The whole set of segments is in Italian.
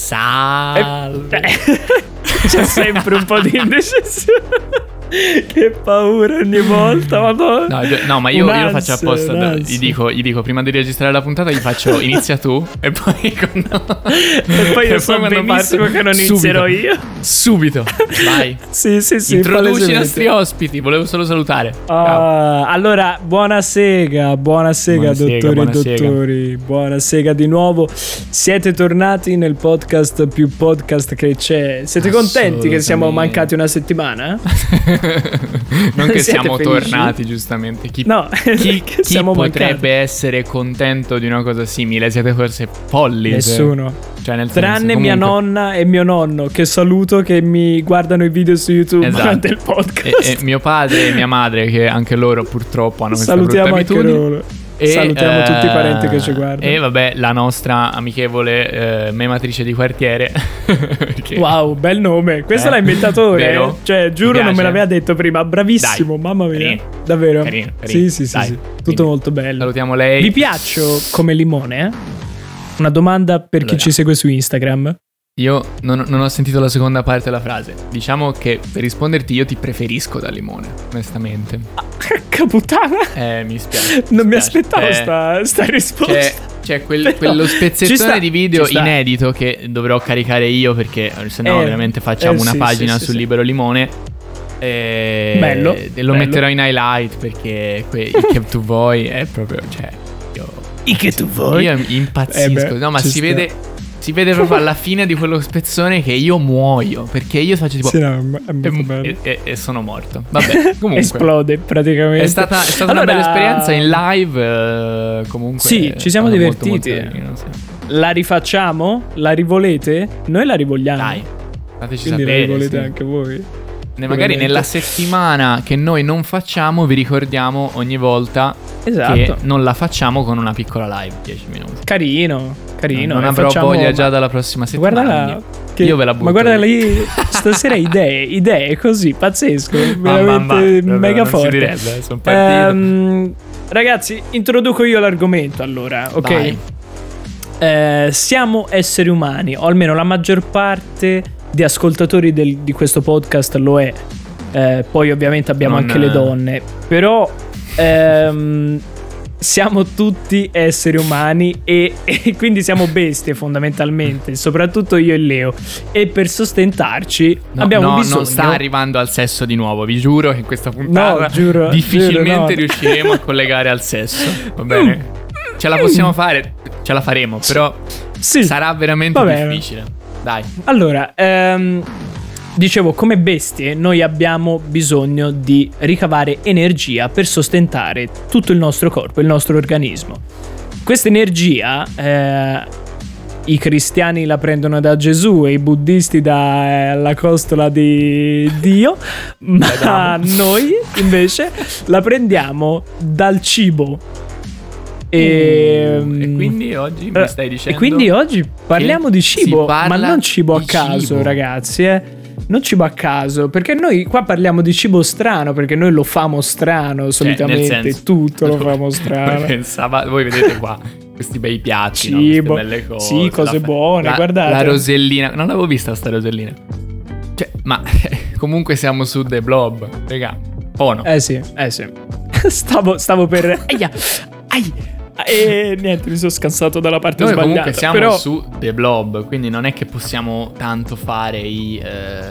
Salve. C'è sempre un po' di indecisione. Che paura ogni volta, madonna. No, ma io lo faccio apposta. Gli dico prima di registrare la puntata, gli faccio inizia tu e poi e poi io so benissimo che non inizierò io. Subito. Vai. Sì. Introduci i nostri ospiti. Volevo solo salutare. Allora, buona sega, dottori e dottori. Buona sega di nuovo. Siete tornati nel podcast più podcast che c'è. Siete contenti che siamo mancati una settimana? Non che siamo tornati, giustamente. Chi potrebbe essere contento di una cosa simile? Siete forse folli? Nessuno. Cioè, tranne mia nonna e mio nonno, che saluto, che mi guardano i video su YouTube durante il podcast. E mio padre e mia madre, che anche loro purtroppo hanno questa salutiamo brutta abitudine. Anche loro. Salutiamo tutti i parenti che ci guardano. E vabbè, la nostra amichevole mematrice di quartiere. Wow, bel nome. Questo l'ha inventato ora. Cioè, giuro, non me l'aveva detto prima. Bravissimo, dai, mamma mia. Carino. Davvero? Carino. Sì. Tutto molto bello. Salutiamo lei. Vi piaccio come limone? Una domanda per chi ci segue su Instagram. Io non ho sentito la seconda parte della frase. Diciamo che per risponderti io ti preferisco da limone, onestamente. Che puttana. Mi spiace. Non mi aspettavo sta risposta. C'è quello spezzettone di video inedito che dovrò caricare io, perché sennò veramente facciamo una pagina sul Libero Limone. Bello. E lo metterò in highlight, perché il che tu vuoi è proprio, cioè, il che tu vuoi. Io impazzisco. No, ma si vede proprio alla fine di quello spezzone che io muoio, perché io faccio tipo e sono morto. Vabbè, comunque esplode praticamente. È stata una bella esperienza in live. Comunque sì, ci siamo divertiti. Molto carino, sì. La rifacciamo? La rivolete? Noi la rivogliamo. Dai, fateci quindi sapere. La rivolete anche voi. Magari nella settimana che noi non facciamo, vi ricordiamo ogni volta che non la facciamo con una piccola live, 10 minuti. Carino. Non avrò voglia già dalla prossima settimana. Guarda là, io ve la butto. Ma guarda lì, stasera idee così, pazzesco. Veramente mega forte. Non si direbbe, sono partito. Ragazzi, introduco io l'argomento allora, ok? Siamo esseri umani, o almeno la maggior parte di ascoltatori di questo podcast lo è. Poi ovviamente abbiamo anche le donne. Però siamo tutti esseri umani e quindi siamo bestie fondamentalmente, soprattutto io e Leo. E per sostentarci abbiamo bisogno. Non sta arrivando al sesso di nuovo, vi giuro che in questa puntata difficilmente riusciremo a collegare al sesso. Va bene? Ce la possiamo fare, ce la faremo, però sarà veramente difficile. Dai. Allora, dicevo, come bestie noi abbiamo bisogno di ricavare energia per sostentare tutto il nostro corpo, il nostro organismo. Questa energia i cristiani la prendono da Gesù e i buddisti dalla costola di Dio, ma noi invece la prendiamo dal cibo. E quindi oggi mi stai dicendo? E quindi oggi parliamo di cibo, ma non cibo a caso, ragazzi, non cibo a caso, perché noi qua parliamo di cibo strano, perché noi lo famo strano solitamente, nel senso, tutto lo famo strano. Voi vedete qua questi bei piatti, cibo, queste belle cose, sì, cose buone, guardate. La rosellina, non l'avevo vista sta rosellina. Cioè, ma comunque siamo su The Blob, raga. Oh no. Sì. Stavo per e niente, mi sono scansato dalla parte noi sbagliata. Comunque siamo su The Blob, quindi non è che possiamo tanto fare i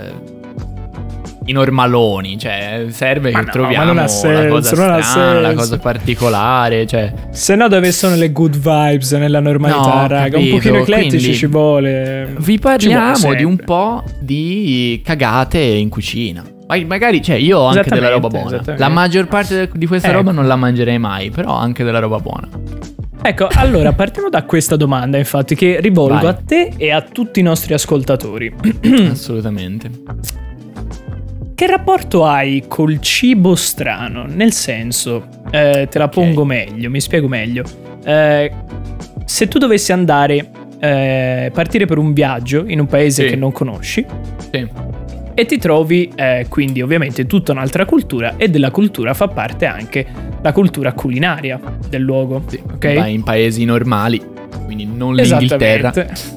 normaloni, cioè serve che troviamo la cosa strana, la cosa particolare, cioè. Se no dove sono le good vibes nella normalità, raga? Un pochino eclettici quindi ci vuole. Vi parliamo di un po' di cagate in cucina. Magari, cioè, io ho anche della roba buona. La maggior parte di questa roba non la mangerei mai, però anche della roba buona. Ecco, allora partiamo da questa domanda, infatti, che rivolgo a te e a tutti i nostri ascoltatori. Assolutamente. Che rapporto hai col cibo strano? Nel senso, te la pongo meglio, mi spiego meglio. Se tu dovessi andare, partire per un viaggio in un paese che non conosci, e ti trovi quindi ovviamente tutta un'altra cultura, e della cultura fa parte anche la cultura culinaria del luogo, ok? Vai in paesi normali, quindi non l'Inghilterra.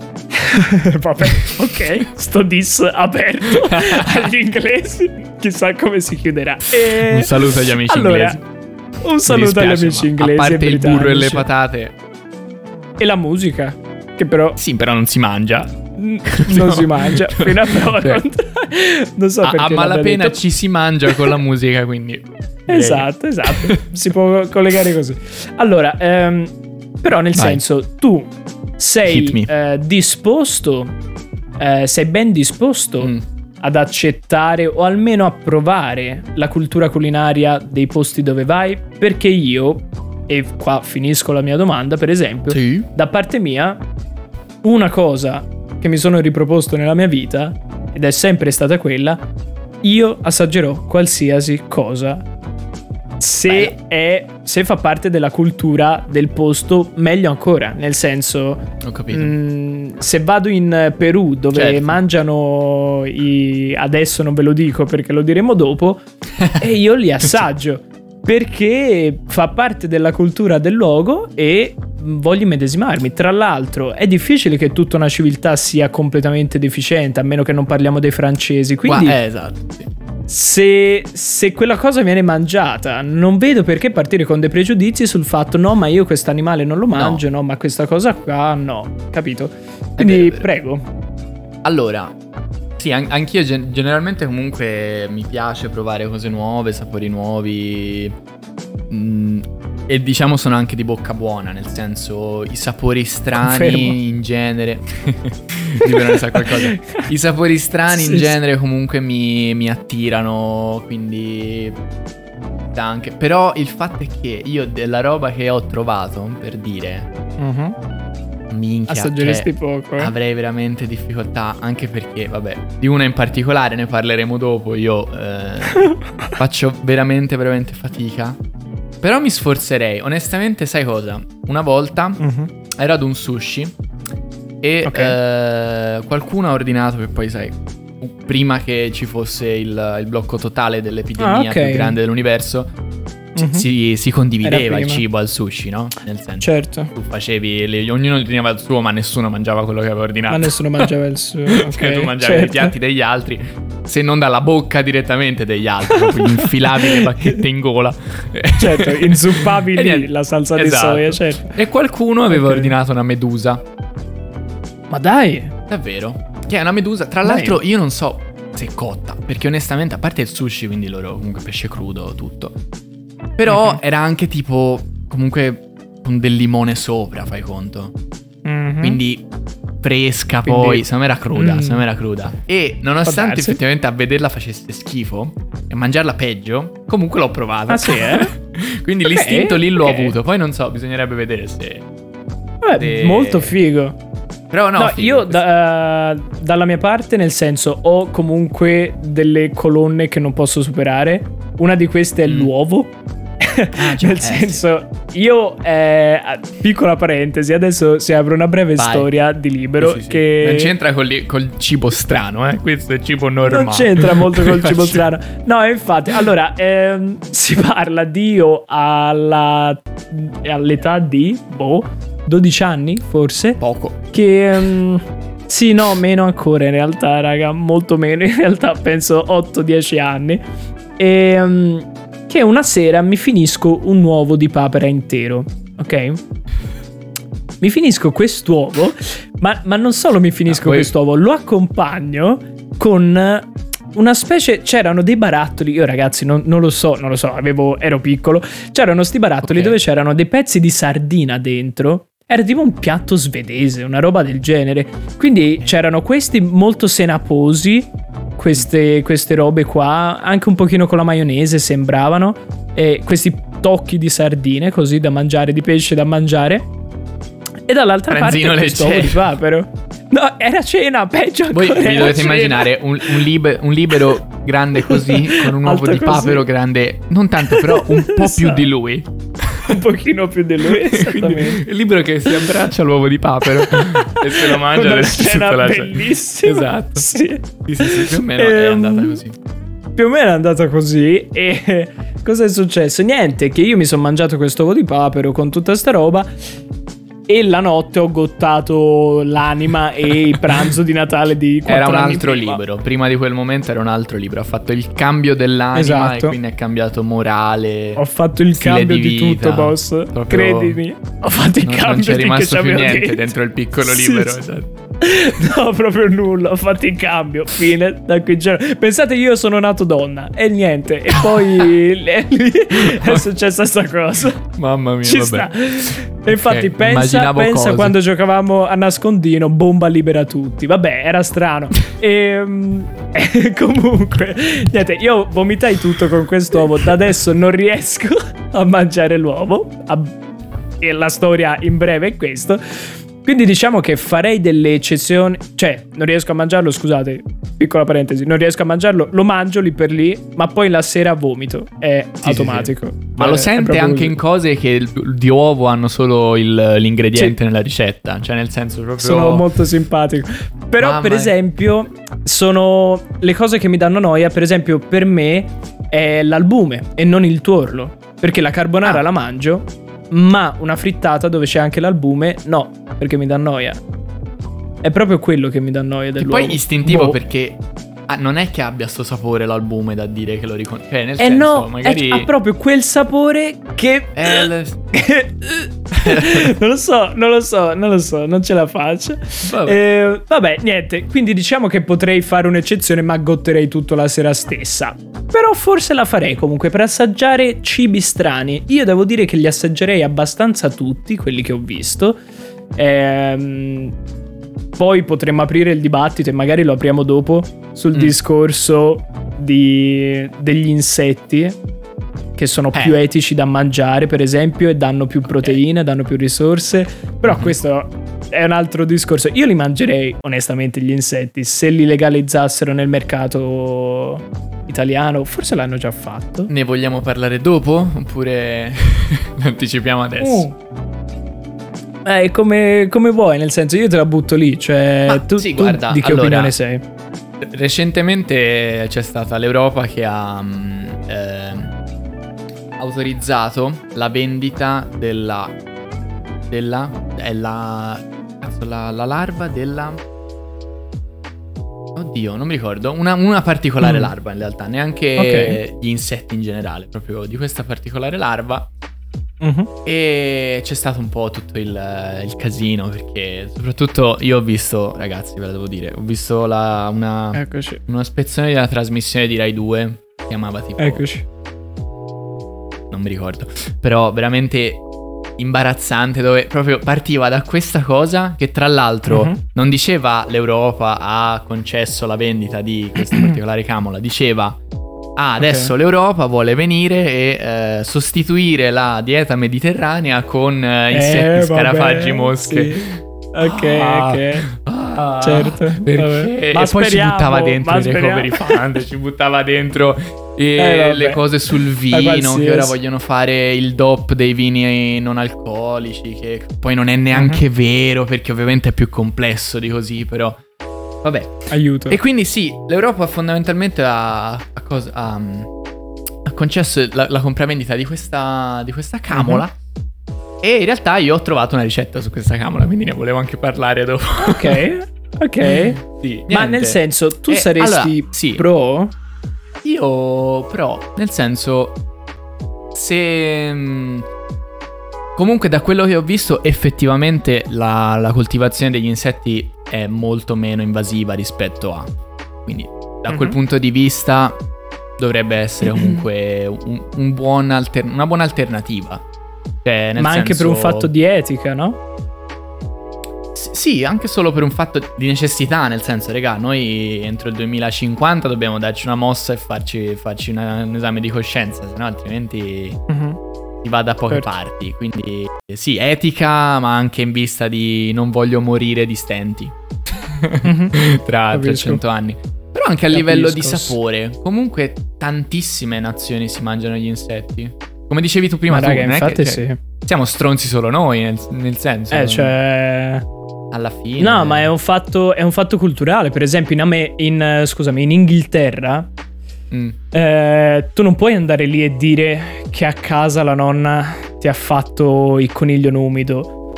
Vabbè, ok, sto diss aperto agli inglesi, chissà come si chiuderà. Un saluto agli amici inglesi. Un saluto agli amici inglesi. A parte il burro e le patate. E la musica, che però... Sì, però non si mangia. Non si mangia, fino a prova non so perché. A malapena ci si mangia con la musica, quindi... Esatto, si può collegare così. Allora, però nel senso, tu sei disposto, sei ben disposto ad accettare o almeno a provare la cultura culinaria dei posti dove vai? Perché io, e qua finisco la mia domanda, per esempio, da parte mia, una cosa che mi sono riproposto nella mia vita, ed è sempre stata quella: io assaggerò qualsiasi cosa se fa parte della cultura del posto, meglio ancora, nel senso, ho capito. Se vado in Perù dove mangiano adesso non ve lo dico perché lo diremo dopo, e io li assaggio perché fa parte della cultura del luogo e voglio medesimarmi. Tra l'altro è difficile che tutta una civiltà sia completamente deficiente, a meno che non parliamo dei francesi, quindi esatto, se quella cosa viene mangiata, non vedo perché partire con dei pregiudizi sul fatto no, ma io quest'animale non lo mangio, no ma questa cosa qua no, capito? Quindi prego. Allora, sì, anch'io generalmente comunque mi piace provare cose nuove, sapori nuovi, e diciamo sono anche di bocca buona, nel senso i sapori strani Confermo. In genere ne sa qualcosa. I sapori strani in genere comunque mi attirano, quindi anche. Però il fatto è che io della roba che ho trovato, per dire, minchia, assaggeresti poco, avrei veramente difficoltà, anche perché vabbè, di una in particolare ne parleremo dopo. Io faccio veramente fatica, però mi sforzerei. Onestamente, sai cosa? Una volta ero ad un sushi e qualcuno ha ordinato, che poi sai, prima che ci fosse il blocco totale dell'epidemia più grande dell'universo, si condivideva il cibo al sushi, no? Nel senso, certo, tu facevi, ognuno ordinava il suo, ma nessuno mangiava quello che aveva ordinato. Ma nessuno mangiava il suo. Okay, tu mangiavi i piatti degli altri, se non dalla bocca direttamente degli altri, proprio infilavi le bacchette in gola. Certo, inzuppavi lì la salsa di soia, certo. E qualcuno aveva ordinato una medusa. Ma dai! Davvero? Che è una medusa, tra l'altro io non so se è cotta, perché onestamente, a parte il sushi, quindi loro comunque pesce crudo, tutto, però era anche tipo comunque con del limone sopra, fai conto. Quindi fresca, poi secondo me era cruda. E nonostante effettivamente a vederla facesse schifo e mangiarla peggio, comunque l'ho provata. Ah sì, Quindi l'istinto lì l'ho avuto. Poi non so, bisognerebbe vedere se... molto figo. Però no figo. Io dalla mia parte, nel senso, ho comunque delle colonne che non posso superare. Una di queste è l'uovo. Nel senso, io piccola parentesi, adesso si apre una breve storia di Libero che non c'entra col cibo strano, questo è cibo normale. Non c'entra molto col cibo strano. No, infatti, allora si parla di io all'età di 12 anni, forse. Poco. Che sì, no, meno ancora in realtà, raga, molto meno in realtà, penso 8-10 anni. E che una sera mi finisco un uovo di papera intero, ok? Mi finisco quest'uovo, ma non solo mi finisco quest'uovo, lo accompagno con una specie, c'erano dei barattoli, io ragazzi non lo so, ero piccolo, c'erano sti barattoli dove c'erano dei pezzi di sardina dentro. Era tipo un piatto svedese, una roba del genere. Quindi c'erano questi molto senaposi, queste robe qua, anche un pochino con la maionese sembravano, e questi tocchi di sardine così da mangiare, di pesce da mangiare. E dall'altra parte questo uovo di papero. No, era cena, peggio ancora. Voi vi dovete immaginare un libero grande così, con un uovo di papero grande, non tanto però un po' più di lui. Un pochino più di lui, esattamente. Il libro che si abbraccia all'uovo di papero e se lo mangia. Una scena bellissima. Esatto. Sì, più o meno è andata così. Più o meno è andata così. E cosa è successo? Niente, che io mi sono mangiato questo uovo di papero con tutta sta roba e la notte ho gottato l'anima e il pranzo di Natale di 4 anni. Era un anni altro prima. libro. Prima di quel momento era un altro libro. Ha fatto il cambio dell'anima, esatto. E quindi è cambiato morale. Ho fatto il cambio di tutto, boss. Proprio... credimi. Ho fatto il cambio. Non c'è rimasto più niente detto. dentro il piccolo libro. Esatto. No, proprio nulla. Ho fatto il cambio. Fine. Da quel giorno. Pensate, io sono nato donna e niente. E poi è successa sta cosa. Mamma mia, ci vabbè. sta. E infatti pensa quando giocavamo a nascondino, bomba libera tutti. Vabbè, era strano. E comunque niente, io vomitai tutto con quest'uovo. Da adesso non riesco a mangiare l'uovo. E la storia in breve è questo. Quindi diciamo che farei delle eccezioni. Cioè, non riesco a mangiarlo, scusate, piccola parentesi, non riesco a mangiarlo, lo mangio lì per lì, ma poi la sera vomito. È automatico. Sì. Ma lo sente anche così. In cose che di uovo hanno solo l'ingrediente nella ricetta. Cioè, nel senso proprio... Sono molto simpatico. Però per esempio sono le cose che mi danno noia. Per esempio per me è l'albume e non il tuorlo, perché la carbonara la mangio, ma una frittata dove c'è anche l'albume no, perché mi dà noia. È proprio quello che mi dà noia dell'uovo. Poi istintivo perché non è che abbia sto sapore l'albume da dire che lo riconosce. Cioè nel senso no, magari ha proprio quel sapore che non lo so, non ce la faccio. Vabbè, niente. Quindi diciamo che potrei fare un'eccezione, ma gotterei tutto la sera stessa. Però forse la farei comunque per assaggiare cibi strani. Io devo dire che li assaggerei abbastanza tutti, quelli che ho visto. Poi potremmo aprire il dibattito e magari lo apriamo dopo sul discorso degli insetti che sono più etici da mangiare, per esempio, e danno più proteine, danno più risorse. Però questo è un altro discorso. Io li mangerei onestamente gli insetti se li legalizzassero nel mercato italiano. Forse l'hanno già fatto. Ne vogliamo parlare dopo oppure anticipiamo adesso? Come vuoi, nel senso, io te la butto lì. Cioè, tu guarda, di che opinione sei? Recentemente c'è stata l'Europa che ha autorizzato la vendita della larva della... Oddio, non mi ricordo. Una particolare larva in realtà, neanche gli insetti in generale, proprio di questa particolare larva. E c'è stato un po' tutto il casino, perché soprattutto io ho visto, ragazzi, ve la devo dire, ho visto una spezzone di una trasmissione di Rai 2, si chiamava tipo... Eccoci. Non mi ricordo, però veramente imbarazzante, dove proprio partiva da questa cosa che tra l'altro non diceva l'Europa ha concesso la vendita di questa particolare camola, diceva adesso l'Europa vuole venire e sostituire la dieta mediterranea con insetti, scarafaggi, mosche. Sì. Ok. Certo. Perché? Ma poi ci buttava dentro i recovery fund, ci buttava dentro le cose sul vino, che ora vogliono fare il DOP dei vini non alcolici, che poi non è neanche vero, perché ovviamente è più complesso di così, però vabbè, aiuto. E quindi sì, l'Europa fondamentalmente ha concesso la compravendita di questa camola. E in realtà io ho trovato una ricetta su questa camola, quindi ne volevo anche parlare dopo. Ok. Sì, ma nel senso, tu saresti pro? Io pro, nel senso, se... Comunque da quello che ho visto effettivamente la coltivazione degli insetti è molto meno invasiva rispetto a... Quindi da quel punto di vista dovrebbe essere comunque una buona alternativa. Cioè, ma anche per un fatto di etica, no? Sì, anche solo per un fatto di necessità, nel senso, regà, noi entro il 2050 dobbiamo darci una mossa e farci un esame di coscienza, sennò altrimenti si va da poche parti. Quindi sì, etica, ma anche in vista di non voglio morire di stenti tra 100 anni. Però anche a livello di sapore, comunque tantissime nazioni si mangiano gli insetti. Come dicevi tu prima, raga, infatti siamo stronzi solo noi, nel senso. Cioè... Alla fine. No, ma è un fatto culturale. Per esempio, in Inghilterra, tu non puoi andare lì e dire che a casa la nonna ti ha fatto il coniglio numido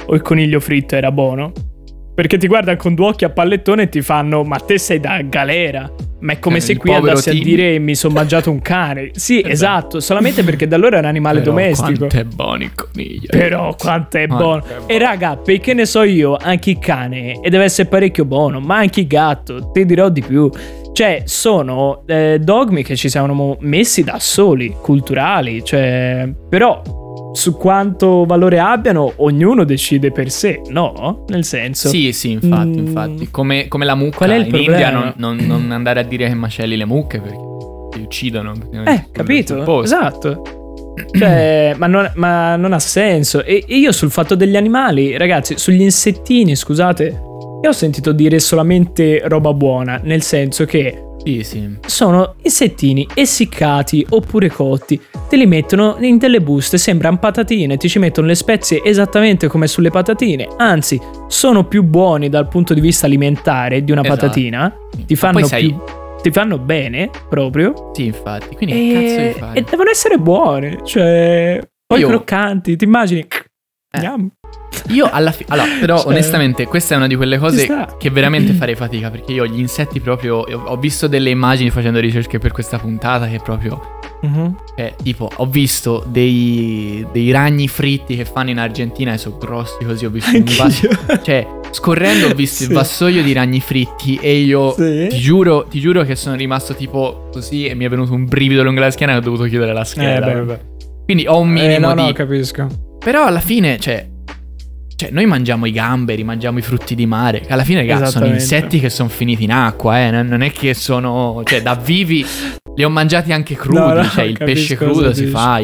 o il coniglio fritto era buono? Perché ti guardano con due occhi a pallettone e ti fanno: ma te sei da galera. Ma è come se qui andassi a dire: mi sono mangiato un cane. Sì, esatto, solamente perché da allora è un animale domestico. Quanto è buono il coniglio. Però quanto è buono. E raga, perché ne so io, anche il cane, e deve essere parecchio buono, ma anche il gatto, ti dirò di più. Cioè, sono dogmi che ci siamo messi da soli, culturali, cioè, però su quanto valore abbiano ognuno decide per sé, no? Nel senso, sì, infatti come la mucca. Qual è il in problema? India non andare a dire che macelli le mucche perché ti uccidono. Capito? Esatto. Cioè, ma non ha senso. E io sul fatto degli animali, ragazzi, sugli insettini, scusate, io ho sentito dire solamente roba buona, nel senso che sì. sono insettini essiccati oppure cotti, te li mettono in delle buste, sembrano patatine, ti ci mettono le spezie esattamente come sulle patatine, anzi sono più buoni dal punto di vista alimentare di una patatina, ti fanno bene proprio. Sì, infatti, quindi che cazzo di fare? E devono essere buone, cioè poi croccanti, ti immagini? Io allora, però onestamente questa è una di quelle cose che veramente farei fatica, perché io gli insetti proprio, ho visto delle immagini facendo ricerche per questa puntata che proprio tipo ho visto dei ragni fritti che fanno in Argentina e sono grossi così, ho visto cioè scorrendo ho visto il vassoio di ragni fritti e io ti giuro che sono rimasto tipo così e mi è venuto un brivido lungo la schiena e ho dovuto chiudere la scheda. Quindi ho un minimo di... No, capisco. Però alla fine, cioè noi mangiamo i gamberi, mangiamo i frutti di mare, che alla fine, ragazzi, sono insetti che sono finiti in acqua, non è che sono... Cioè, da vivi li ho mangiati anche crudi, cioè il pesce crudo si fa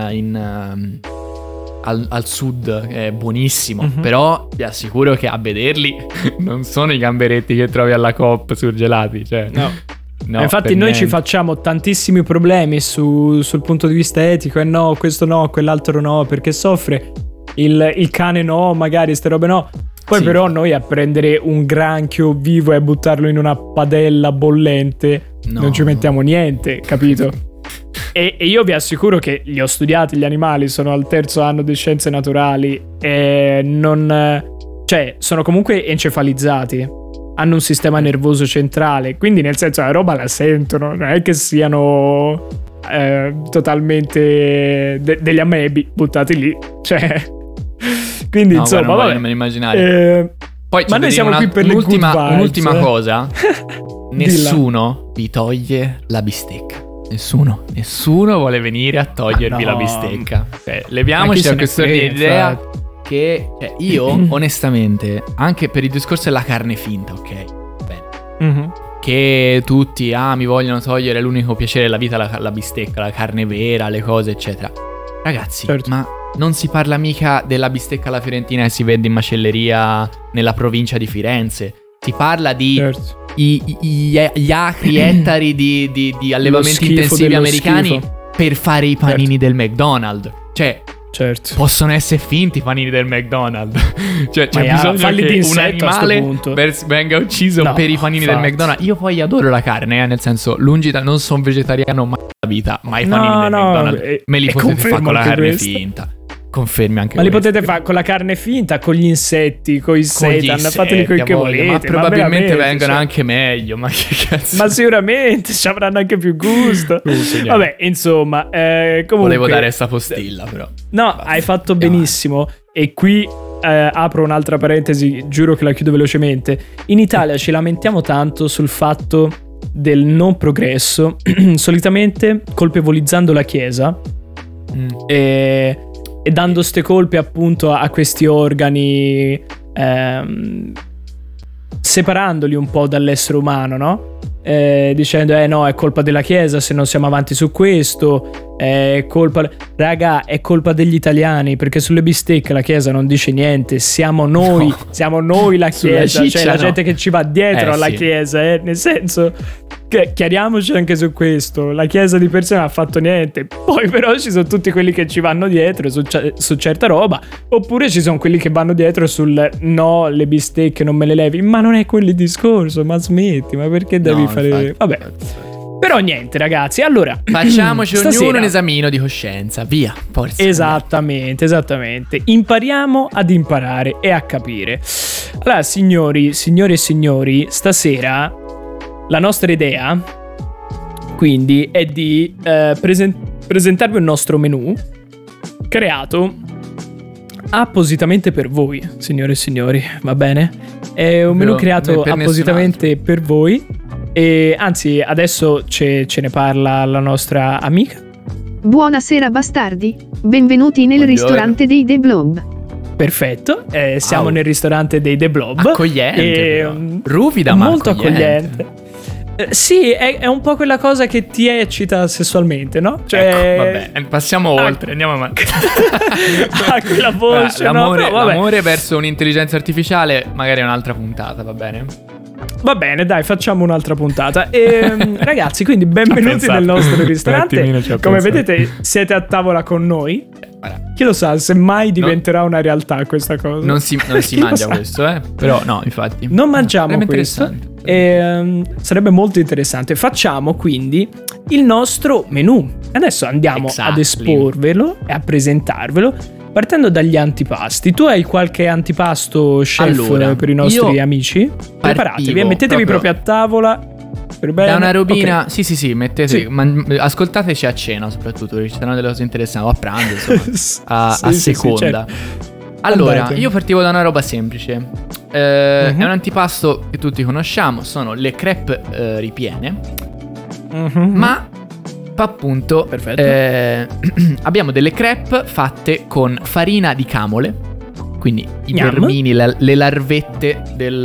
al sud, è buonissimo, però ti assicuro che a vederli non sono i gamberetti che trovi alla Coop surgelati, cioè... No, infatti noi ci facciamo tantissimi problemi sul punto di vista etico, e no, questo no, quell'altro no, perché soffre... Il cane no, magari ste robe no. Poi però noi a prendere un granchio vivo e a buttarlo in una padella bollente non ci mettiamo niente, capito? E io vi assicuro che li ho studiati gli animali, sono al 3º anno di scienze naturali e cioè sono comunque encefalizzati, hanno un sistema nervoso centrale, quindi nel senso la roba la sentono, non è che siano totalmente degli amebi buttati lì, cioè... Quindi insomma, vabbè, non me lo immaginare. Poi ma noi siamo qui per un'ultima cosa. Nessuno vi toglie la bistecca. Nessuno vuole venire a togliervi la bistecca. Cioè, leviamoci da questa idea che io onestamente, anche per il discorso della carne finta, ok? Bene. Che tutti mi vogliono togliere l'unico piacere della vita, la bistecca, la carne vera, le cose eccetera. Ragazzi, ma non si parla mica della bistecca alla fiorentina che si vende in macelleria nella provincia di Firenze. Si parla di gli acri ettari di allevamenti intensivi americani per fare i panini del McDonald's. Cioè, possono essere finti i panini del McDonald's. Cioè, c'è bisogno che un animale venga ucciso per i panini del McDonald's. Io poi adoro la carne, nel senso, lungi da... Non sono vegetariano mai nella vita, ma i panini del McDonald's me li potete fare con la carne finta. Confermi anche ma li potete fare con la carne finta, con gli insetti, con i seitan, fateli con che volete, ma probabilmente vengono anche meglio, ma che cazzo, ma sicuramente ci avranno anche più gusto. Vabbè, insomma, comunque volevo dare sta postilla, però hai fatto benissimo. E qui apro un'altra parentesi, giuro che la chiudo velocemente. In Italia ci lamentiamo tanto sul fatto del non progresso, solitamente colpevolizzando la Chiesa e dando ste colpe appunto a questi organi, separandoli un po' dall'essere umano, no? Dicendo no, è colpa della Chiesa se non siamo avanti su questo, è colpa... Raga, è colpa degli italiani, perché sulle bistecche la Chiesa non dice niente, siamo noi la Chiesa, cioè la gente che ci va dietro alla Chiesa, nel senso... Chiariamoci anche su questo, la Chiesa di per sé non ha fatto niente, poi però ci sono tutti quelli che ci vanno dietro su certa roba, oppure ci sono quelli che vanno dietro sul no, le bistecche non me le levi, ma non è quello il discorso, ma smetti, ma perché devi fare... Vabbè, Però niente, ragazzi, allora facciamoci ognuno un esamino di coscienza, via, forza. Esattamente. Impariamo ad imparare e a capire. Allora, signore e signori, stasera la nostra idea, quindi, è di presentarvi un nostro menù creato appositamente per voi, signore e signori, va bene? È un menù creato appositamente per voi. E anzi, adesso ce ne parla la nostra amica. Buonasera bastardi, benvenuti nel ristorante dei The Blob. Perfetto, siamo nel ristorante dei The Blob. Accogliente, ruvida ma molto accogliente. Sì, è un po' quella cosa che ti eccita sessualmente, no? Cioè, ecco, vabbè, passiamo oltre, andiamo avanti. Quella voce, l'amore verso un'intelligenza artificiale magari è un'altra puntata, va bene? Va bene, dai, facciamo un'altra puntata. Ragazzi, quindi benvenuti nel nostro ristorante. Come vedete, siete a tavola con noi. Chi lo sa, se mai diventerà una realtà questa cosa. Non si mangia questo, però no, infatti. Non mangiamo questo. Sarebbe molto interessante. Facciamo quindi il nostro menù. Adesso andiamo ad esporvelo e a presentarvelo, partendo dagli antipasti. Tu hai qualche antipasto, chef, per i nostri amici? Preparatevi e mettetevi proprio a tavola. Da una robina, okay. Sì, mettete, ascoltateci a cena soprattutto, perché ci saranno delle cose interessanti, o a pranzo, insomma, a seconda. Certo. Allora, io partivo da una roba semplice. È un antipasto che tutti conosciamo, sono le crepe ripiene, ma appunto abbiamo delle crepe fatte con farina di camole, quindi i vermini, le larvette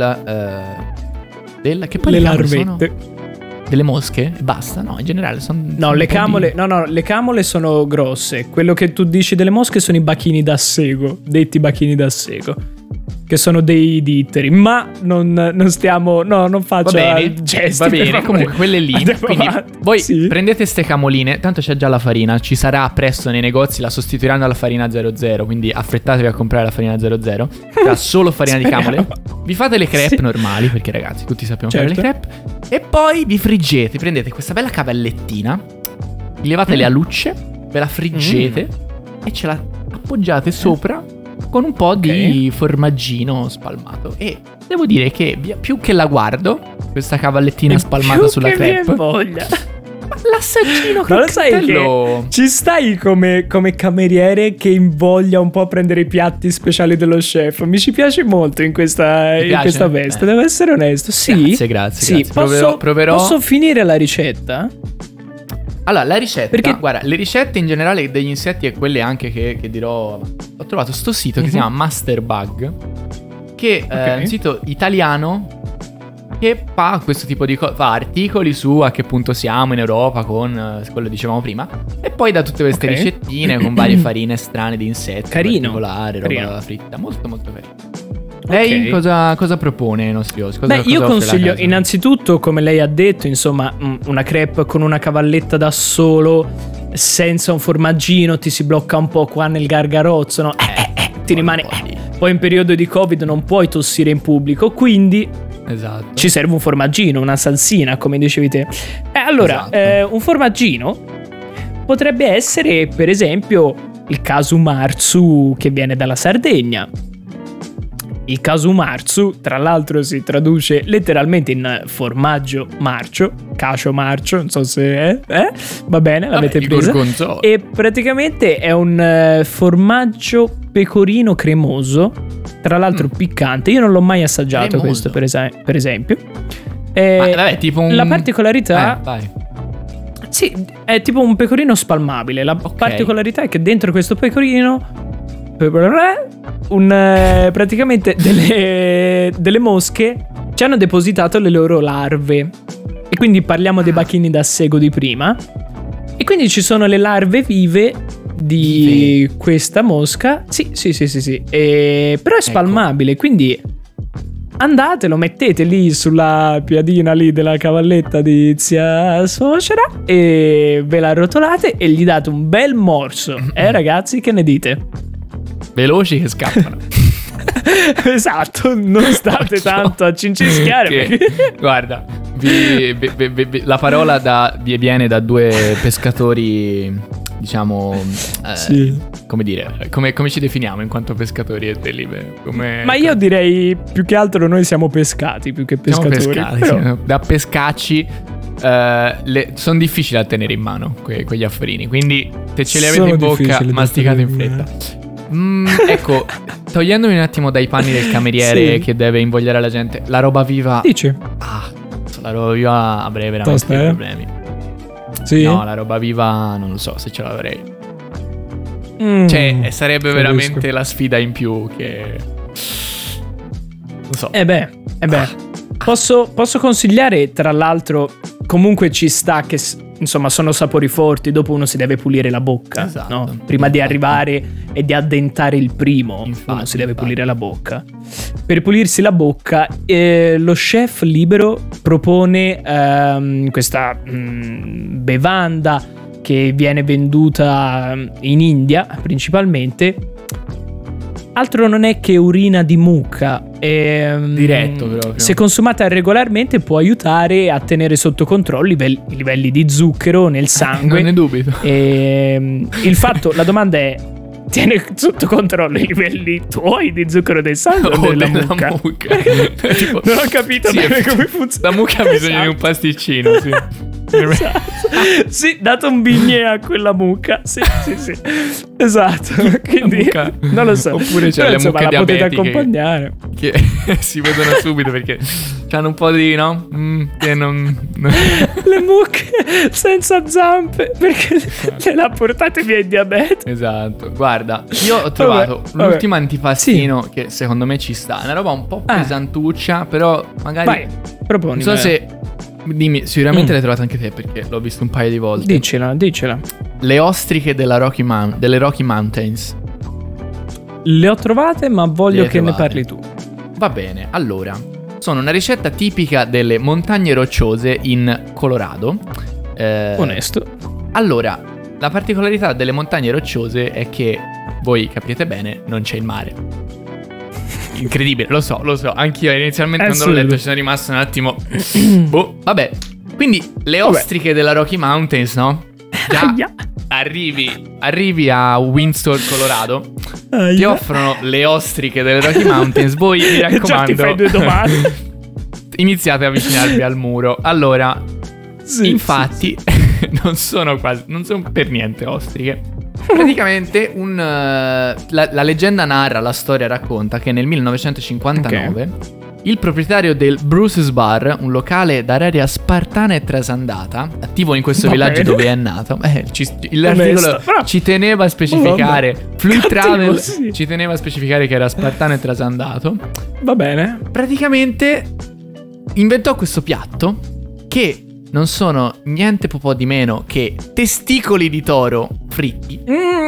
che poi le larvette delle mosche e basta. No, in generale sono le camole sono grosse. Quello che tu dici delle mosche sono i bacchini da sego, detti bacchini da sego, che sono dei ditteri, ma non stiamo, non faccio gesti. Va bene, comunque quelle lì. Quindi voi prendete ste camoline, tanto c'è già la farina, ci sarà presto nei negozi, la sostituiranno alla farina 00, quindi affrettatevi a comprare la farina 00, sarà solo farina di camole. Vi fate le crepe normali, perché ragazzi tutti sappiamo fare le crepe, e poi vi friggete, prendete questa bella cavallettina, levate le alucce, ve la friggete e ce la appoggiate sopra con un po' di formaggino spalmato. E devo dire che più che la guardo, questa cavallettina spalmata sulla crepe, l'assaggino ma lo sai che ci stai come cameriere che invoglia un po' a prendere i piatti speciali dello chef. Mi ci piace molto in questa veste, devo essere onesto. Grazie. Proverò. Posso finire la ricetta? Allora, la ricetta, guarda, le ricette in generale degli insetti e quelle anche che dirò. Ho trovato sto sito che si chiama Masterbug, che è un sito italiano che fa questo tipo di fa articoli su a che punto siamo in Europa con quello che dicevamo prima, e poi dà tutte queste ricettine con varie farine strane di insetti, particolare, roba fritta, molto molto carino. Lei cosa propone ai nostri ospiti? Io consiglio innanzitutto, come lei ha detto, insomma, una crepe con una cavalletta da solo, senza un formaggino, ti si blocca un po' qua nel gargarozzo, no? Ti rimane. Poi in periodo di Covid non puoi tossire in pubblico, quindi ci serve un formaggino, una salsina, come dicevi te. Allora, un formaggino potrebbe essere, per esempio, il casu marzu, che viene dalla Sardegna. Il casu marzu, tra l'altro, si traduce letteralmente in formaggio marcio, cacio marcio, non so se va bene, l'avete presa. E praticamente è un formaggio pecorino cremoso, tra l'altro piccante. Io non l'ho mai assaggiato questo, per esempio. Vabbè, tipo la particolarità sì, è tipo un pecorino spalmabile. La particolarità è che dentro questo pecorino praticamente delle mosche ci hanno depositato le loro larve, e quindi parliamo dei bacchini da sego di prima, e quindi ci sono le larve vive di questa mosca. Sì, però è spalmabile, quindi andate, lo mettete lì sulla piadina lì della cavalletta di zia suocera e ve la arrotolate e gli date un bel morso, ragazzi, che ne dite? Veloci che scappano. Esatto, non state tanto a cincischiare guarda, La parola viene da due pescatori, diciamo, sì. Come dire, come ci definiamo in quanto pescatori e te liberi? Ma io direi più che altro noi siamo pescati più che pescatori. Siamo pescati, però... sì. Da pescacci sono difficili da tenere in mano quegli affarini, quindi se ce li avete in bocca masticate in fretta. Ecco, togliendomi un attimo dai panni del cameriere che deve invogliare la gente, la roba viva. Dici? La roba viva avrei veramente dei problemi. Sì? No, la roba viva non lo so se ce l'avrei. Cioè, sarebbe veramente la sfida in più che... Non so. Posso consigliare, tra l'altro, comunque ci sta che, insomma, sono sapori forti, dopo uno si deve pulire la bocca, esatto, no? Prima di arrivare e di addentare il primo, uno si deve pulire la bocca. Per pulirsi la bocca, lo chef libero propone questa bevanda che viene venduta in India principalmente. Altro non è che urina di mucca. Diretto proprio. Se consumata regolarmente può aiutare a tenere sotto controllo i livelli di zucchero nel sangue. Non ne dubito. La domanda è: tiene sotto controllo i livelli tuoi di zucchero del sangue o della mucca? Tipo, non ho capito bene come funziona. La mucca ha bisogno di un pasticcino, sì. Esatto. Sì, dato un bignè a quella mucca. Sì. Esatto. Quindi non lo so. Oppure c'è le mucche la potete diabetiche accompagnare. Che si vedono subito perché hanno un po' di, no? Che non... Le mucche senza zampe, perché le ha portate via il diabete. Esatto. Guarda, io ho trovato l'ultimo antipastino che secondo me ci sta. È una roba un po' pesantuccia, però magari... Vai, proponi. Non so se... Dimmi, sicuramente l'hai trovata anche te perché l'ho visto un paio di volte. Dicela. Le ostriche delle Rocky Mountains. Le ho trovate, ma voglio che ne parli tu. Va bene, allora, sono una ricetta tipica delle montagne rocciose in Colorado. Onesto. Allora, la particolarità delle montagne rocciose è che, voi capite bene, non c'è il mare. Incredibile, lo so, anch'io inizialmente quando l'ho letto ci sono rimasto un attimo. Vabbè, quindi le ostriche della Rocky Mountains, no? Già arrivi a Windsor, Colorado, ti offrono le ostriche delle Rocky Mountains. Voi, mi raccomando, già ti fai 2 domande. Iniziate a avvicinarvi al muro. Allora, infatti non sono per niente ostriche. Praticamente la leggenda narra, la storia racconta che nel 1959 il proprietario del Bruce's Bar, un locale d'aria spartana e trasandata, attivo in questo villaggio dove è nato, l'articolo ci teneva a specificare, Fluid Travel ci teneva a specificare che era spartano e trasandato. Va bene. Praticamente inventò questo piatto che non sono niente po' di meno che testicoli di toro fritti.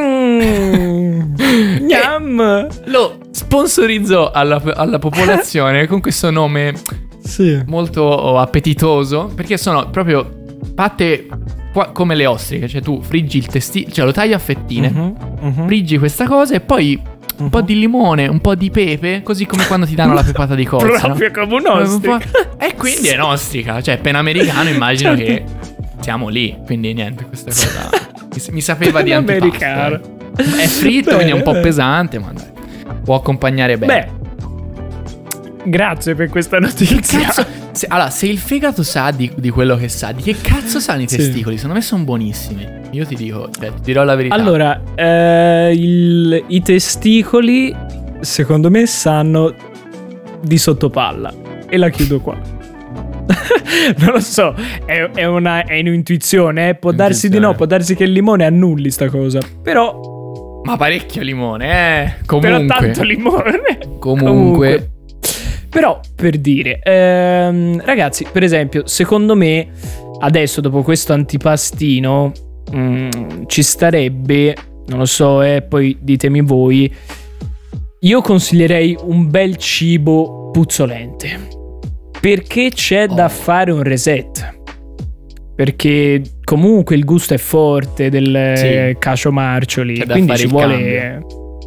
Gnam! Lo sponsorizzò alla popolazione con questo nome molto appetitoso, perché sono proprio fatte come le ostriche. Cioè tu friggi il testicolo, cioè lo tagli a fettine, friggi questa cosa e poi un po' di limone, un po' di pepe, così come quando ti danno la pepata di cozza. Proprio come un'ostrica. E quindi è un'ostrica, cioè panamericano, immagino che siamo lì. Quindi niente, questa cosa mi sapeva di antipasto. È fritto, quindi è un po' pesante, ma dai, può accompagnare bene. Grazie per questa notizia. Allora, se il fegato sa di quello che sa, di che cazzo sanno i testicoli? Secondo me sono buonissimi. Io ti dico, ti dirò la verità. Allora, i testicoli, secondo me, sanno di sottopalla. E la chiudo qua. Non lo so, è un'intuizione. Può darsi di no, può darsi che il limone annulli sta cosa. Però... Ma parecchio limone, Comunque. Però tanto limone. Comunque. Però, per dire, ragazzi, per esempio, secondo me, adesso dopo questo antipastino, ci starebbe, non lo so, poi ditemi voi, io consiglierei un bel cibo puzzolente, perché c'è da fare un reset. Perché comunque il gusto è forte del cacio marcioli, quindi ci vuole...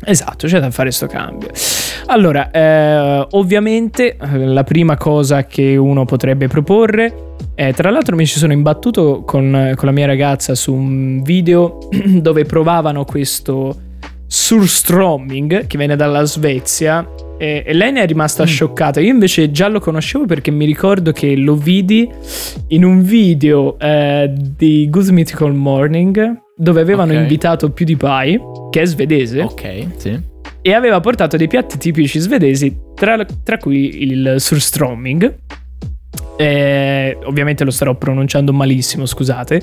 Esatto, c'è da fare sto cambio. Allora, ovviamente la prima cosa che uno potrebbe proporre è, tra l'altro mi ci sono imbattuto con la mia ragazza su un video dove provavano questo surströmming che viene dalla Svezia, e lei ne è rimasta scioccata. Io invece già lo conoscevo perché mi ricordo che lo vidi in un video di Good Mythical Morning, dove avevano invitato PewDiePie, che è svedese. Ok, sì. E aveva portato dei piatti tipici svedesi, tra cui il surströmming. Ovviamente lo starò pronunciando malissimo, scusate.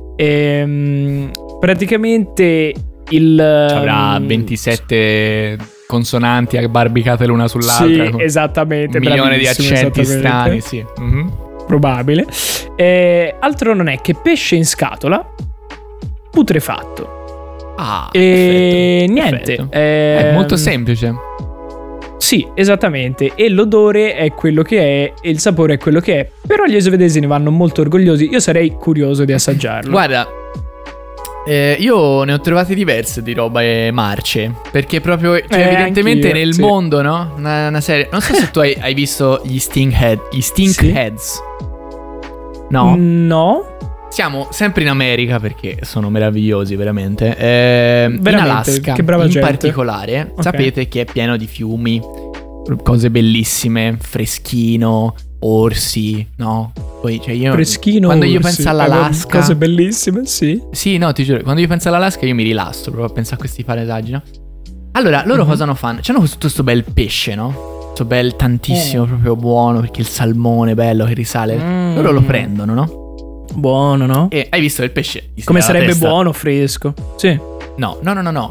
Praticamente avrà 27 consonanti abbarbicate l'una sull'altra. Sì, esattamente. Un milione di accenti strani, sì. Mm-hmm. Probabile. Altro non è che pesce in scatola putrefatto. Perfetto, niente. È molto semplice. Sì, esattamente. E l'odore è quello che è, e il sapore è quello che è. Però gli svedesi ne vanno molto orgogliosi. Io sarei curioso di assaggiarlo. Guarda, io ne ho trovate diverse di roba e marce, perché proprio, cioè, evidentemente nel mondo, no? Una serie. Non so se tu hai visto gli Stink Heads. No? No. Siamo sempre in America perché sono meravigliosi, veramente. In Alaska, che brava in gente. particolare, sapete che è pieno di fiumi, cose bellissime, freschino, orsi, no? Poi, cioè, io freschino, quando io penso all'Alaska, cose bellissime, sì. Sì, no, ti giuro, quando io penso all'Alaska io mi rilasso proprio a pensare a questi paesaggi, no? Allora, loro cosa fanno? C'hanno tutto sto bel pesce, no? Sto bel tantissimo, proprio buono, perché il salmone bello che risale. Loro lo prendono, no? Buono, no? E hai visto il pesce? Come sarebbe buono fresco? Sì. No. Piano.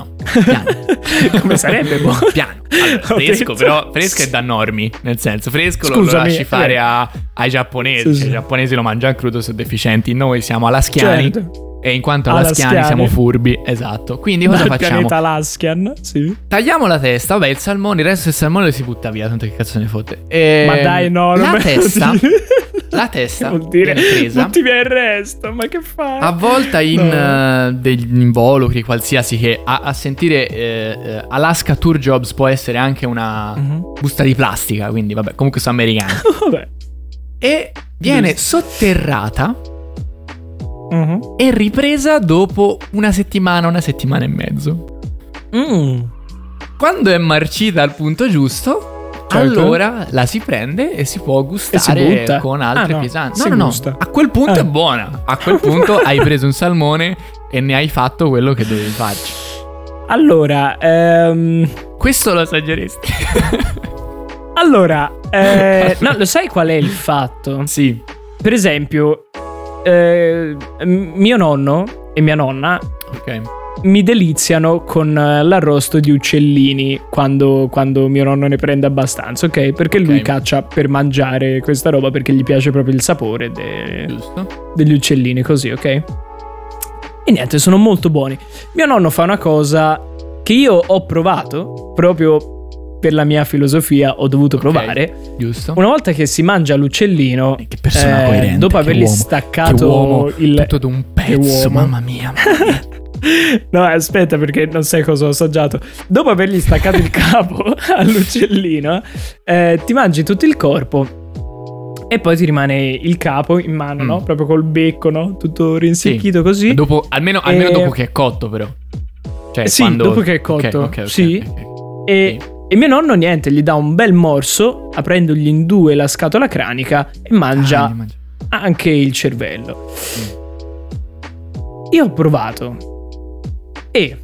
Come sarebbe buono? Piano. Allora, fresco, però fresco è da normi. Nel senso, fresco lo lasci fare ai giapponesi. Sì. I giapponesi lo mangiano crudo, sono deficienti. Noi siamo alaschiani. Certo. E in quanto alaschiani siamo furbi. Esatto. Quindi cosa facciamo? Pianeta Alaskan, sì. Tagliamo la testa. Vabbè, il salmone, il resto del salmone si butta via. Tanto che cazzo ne fotte. Ma dai, no. La testa vuol dire viene presa, butti via il resto. Ma che fai? Avvolta in degli involucri qualsiasi, che a sentire Alaska Tour Jobs può essere anche una busta di plastica. Quindi vabbè, comunque sono americani. Vabbè. E viene sotterrata e ripresa dopo una settimana e mezzo. Quando è marcita al punto giusto, allora la si prende e si può gustare con altre pesanti. No. A quel punto è buona. A quel punto hai preso un salmone e ne hai fatto quello che dovevi farci. Allora, questo lo assaggeresti? Allora, no, lo sai qual è il fatto? Sì. Per esempio, mio nonno e mia nonna mi deliziano con l'arrosto di uccellini quando mio nonno ne prende abbastanza, ok? Perché lui caccia per mangiare questa roba, perché gli piace proprio il sapore degli uccellini, così, ok? E niente, sono molto buoni. Mio nonno fa una cosa che io ho provato proprio per la mia filosofia, ho dovuto provare. Giusto. Una volta che si mangia l'uccellino, che persona coerente, dopo avergli staccato tutto d'un pezzo, mamma mia. No, aspetta, perché non sai cosa ho assaggiato. Dopo avergli staccato il capo all'uccellino, ti mangi tutto il corpo e poi ti rimane il capo in mano, no? Proprio col becco, no? Tutto rinsecchito così. Dopo, almeno dopo che è cotto, però. Cioè, sì, dopo che è cotto. Okay, sì. E mio nonno niente, gli dà un bel morso, aprendogli in due la scatola cranica, e mangia anche il cervello. Io ho provato e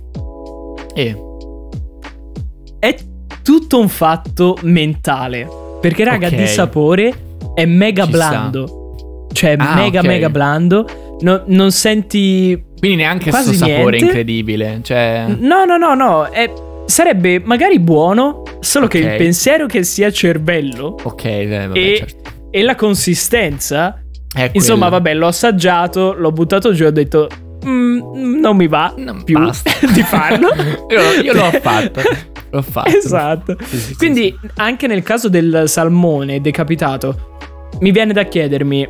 è tutto un fatto mentale, perché raga, di sapore è mega blando. Cioè mega blando. Non senti quindi neanche questo sapore incredibile, cioè no, sarebbe magari buono, solo che il pensiero che sia cervello, e la consistenza, insomma, vabbè, l'ho assaggiato, l'ho buttato giù e ho detto non mi va più di farlo. io l'ho fatto. Esatto. Sì, quindi anche nel caso del salmone decapitato mi viene da chiedermi,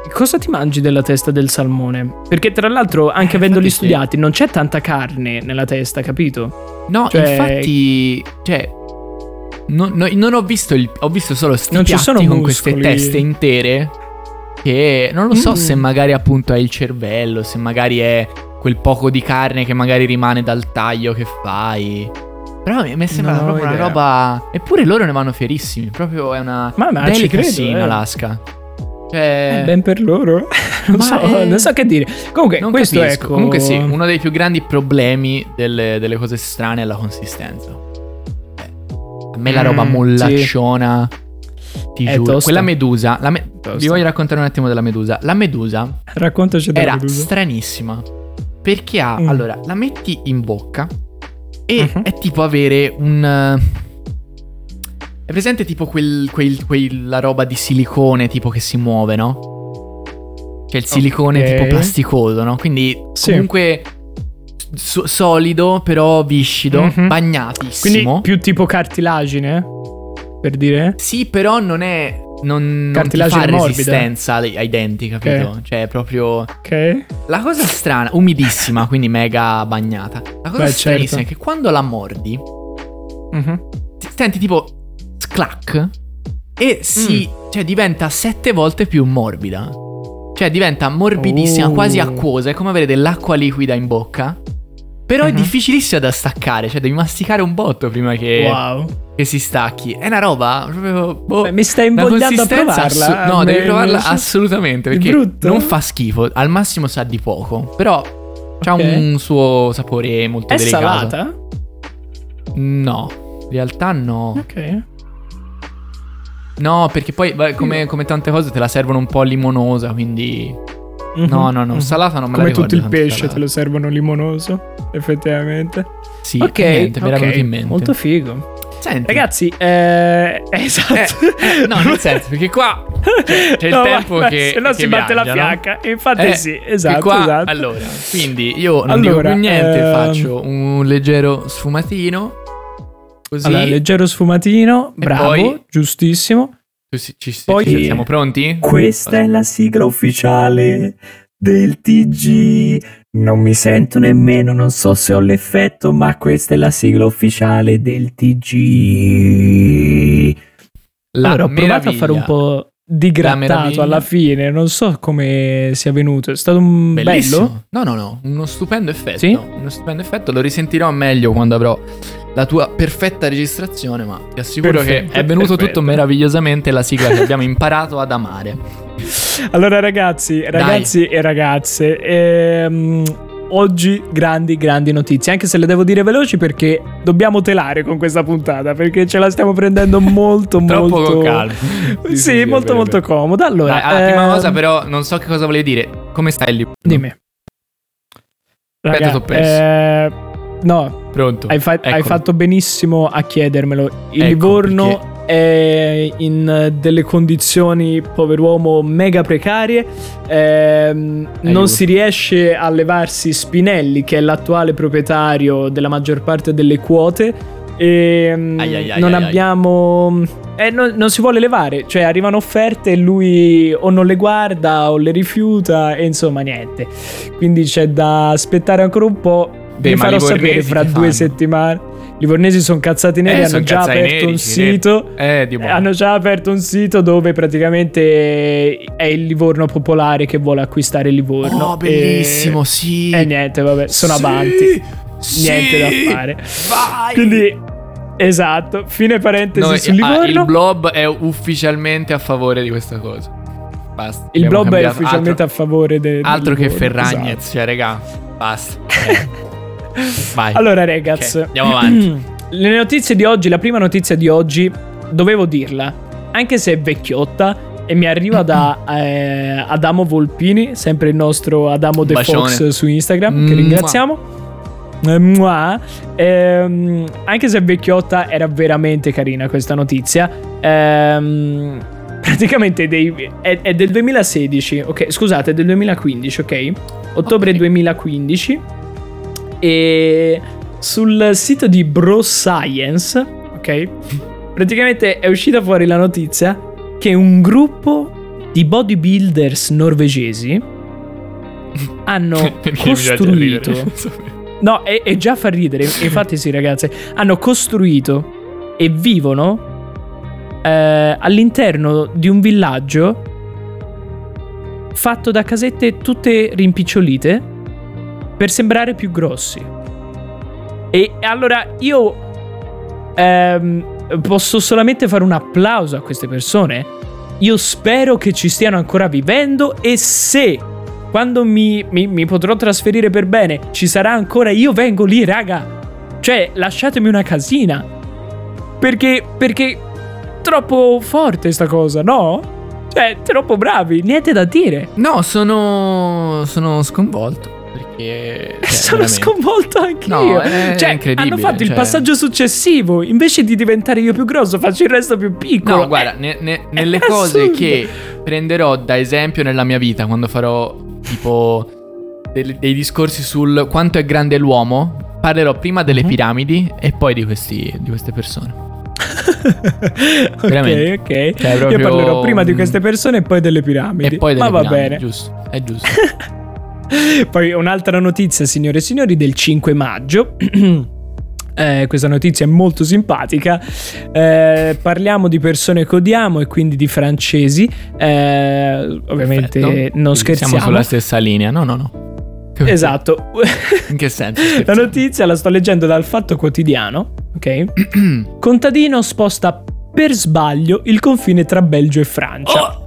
cosa ti mangi della testa del salmone? Perché tra l'altro, anche avendoli studiati, non c'è tanta carne nella testa, capito? No, cioè, infatti, cioè, non ho visto ho visto solo sti piatti con queste teste intere. Che non lo so se magari appunto è il cervello, se magari è quel poco di carne che magari rimane dal taglio che fai. Però mi sembra proprio una roba. Eppure loro ne vanno fierissimi. Proprio è una delicacy in Alaska. Cioè, ben per loro. non so che dire. Comunque, questo capisco. Ecco. Comunque sì, uno dei più grandi problemi delle cose strane è la consistenza. A me la roba mollacciona. Sì. Ti giuro. Quella medusa. Vi voglio raccontare un attimo della medusa. La medusa. Raccontaci della medusa. Era stranissima. Perché allora, la metti in bocca. E è tipo avere un. È presente tipo quella roba di silicone tipo che si muove, no? Cioè il silicone tipo plasticoso, no? Quindi comunque solido, però viscido, bagnatissimo. Quindi più tipo cartilagine, per dire? Sì, però non è. Non ti fa resistenza ai denti, capito? Okay. Cioè proprio. Ok. La cosa strana, umidissima, quindi mega bagnata. La cosa stranissima è che quando la mordi, senti tipo sclac e cioè diventa 7 volte più morbida. Cioè diventa morbidissima, quasi acquosa. È come avere dell'acqua liquida in bocca. Però è difficilissima da staccare. Cioè devi masticare un botto prima che si stacchi. È una roba proprio mi stai invogliando a provarla. No, devi provarla assolutamente. Perché non fa schifo. Al massimo sa di poco. Però c'ha un suo sapore molto delicato. È salata? No, in realtà no. Ok. No, perché poi come tante cose te la servono un po' limonosa. Quindi no, salata non me la ricordo. Come tutto il pesce salata. Te lo servono limonoso, effettivamente. Sì, niente, mi era venuto in mente. Molto figo. Senti. Ragazzi, esatto. No, nel senso, perché qua c'è il tempo che se no si batte la fiacca. No? Infatti sì, esatto, qua, esatto. Allora, quindi io non dico più niente, faccio un leggero sfumatino. Così. Allora, leggero sfumatino, bravo, poi, giustissimo. Poi siamo pronti? Questa è la sigla ufficiale del TG. Non mi sento nemmeno, non so se ho l'effetto, ma questa è la sigla ufficiale del TG. Allora, ho provato a fare un po' di grattato alla fine, non so come sia venuto. È stato un bellissimo. Bello? No, uno stupendo effetto. Sì? Uno stupendo effetto, lo risentirò meglio quando avrò la tua perfetta registrazione, ma ti assicuro che è venuto tutto meravigliosamente, la sigla che abbiamo imparato ad amare. Allora ragazzi e ragazze, oggi grandi notizie, anche se le devo dire veloci perché dobbiamo telare con questa puntata, perché ce la stiamo prendendo molto troppo con calma. Sì, molto comoda. Allora, la prima cosa però non so che cosa volevi dire. Come stai il libro? Dimmi. Aspetta, t'ho perso. No, pronto. Hai fatto benissimo a chiedermelo. Il Livorno è in delle condizioni, pover'uomo, mega precarie. Non si riesce a levarsi Spinelli, che è l'attuale proprietario della maggior parte delle quote. Non abbiamo. Non si vuole levare. Cioè arrivano offerte e lui o non le guarda o le rifiuta. E insomma niente. Quindi c'è da aspettare ancora un po'. Vi farò sapere fra 2 settimane. I livornesi sono cazzati neri, hanno già aperto un sito. Hanno già aperto un sito dove praticamente è il Livorno popolare che vuole acquistare il Livorno. Oh, bellissimo, sì. E niente, vabbè, sono avanti. Niente da fare. Vai. Quindi, esatto, fine parentesi sul Livorno. Il Blob è ufficialmente a favore di questa cosa. Basta. Il Blob è ufficialmente a favore altro che Livorno, Ferragnez, esatto. Cioè, raga, basta. Vai. Allora ragazzi, andiamo avanti. Le notizie di oggi, la prima notizia di oggi, dovevo dirla, anche se è vecchiotta e mi arriva da Adamo Volpini, sempre il nostro Adamo The Fox su Instagram, che ringraziamo. Anche se è vecchiotta, era veramente carina questa notizia. Praticamente è del 2016, ok? Scusate, è del 2015, ok? Ottobre 2015. E sul sito di Bro Science, ok? Praticamente è uscita fuori la notizia che un gruppo di bodybuilders norvegesi hanno costruito... No, è già fa ridere, infatti sì ragazzi, hanno costruito e vivono all'interno di un villaggio fatto da casette tutte rimpicciolite per sembrare più grossi. E allora io posso solamente fare un applauso a queste persone. Io spero che ci stiano ancora vivendo, e se quando mi potrò trasferire per bene ci sarà ancora, io vengo lì, raga. Cioè, lasciatemi una casina, perché troppo forte sta cosa, no? Cioè, troppo bravi, niente da dire. No, sono sconvolto. Perché sono sconvolto anch'io. No, è incredibile. Hanno fatto il passaggio successivo. Invece di diventare io più grosso, faccio il resto più piccolo. No, guarda, nelle cose che prenderò da esempio nella mia vita, quando farò tipo dei discorsi sul quanto è grande l'uomo, parlerò prima delle piramidi e poi di queste persone. Ok. Cioè, proprio... Io parlerò prima di queste persone e poi delle piramidi. E poi delle piramidi, va bene. Giusto, è giusto. Poi un'altra notizia, signore e signori, del 5 maggio. Questa notizia è molto simpatica. Parliamo di persone che odiamo e quindi di francesi. Ovviamente perfetto. Non scherziamo. Siamo sulla stessa linea. No. Esatto. In che senso? La notizia la sto leggendo dal Fatto Quotidiano. Ok. Contadino sposta per sbaglio il confine tra Belgio e Francia.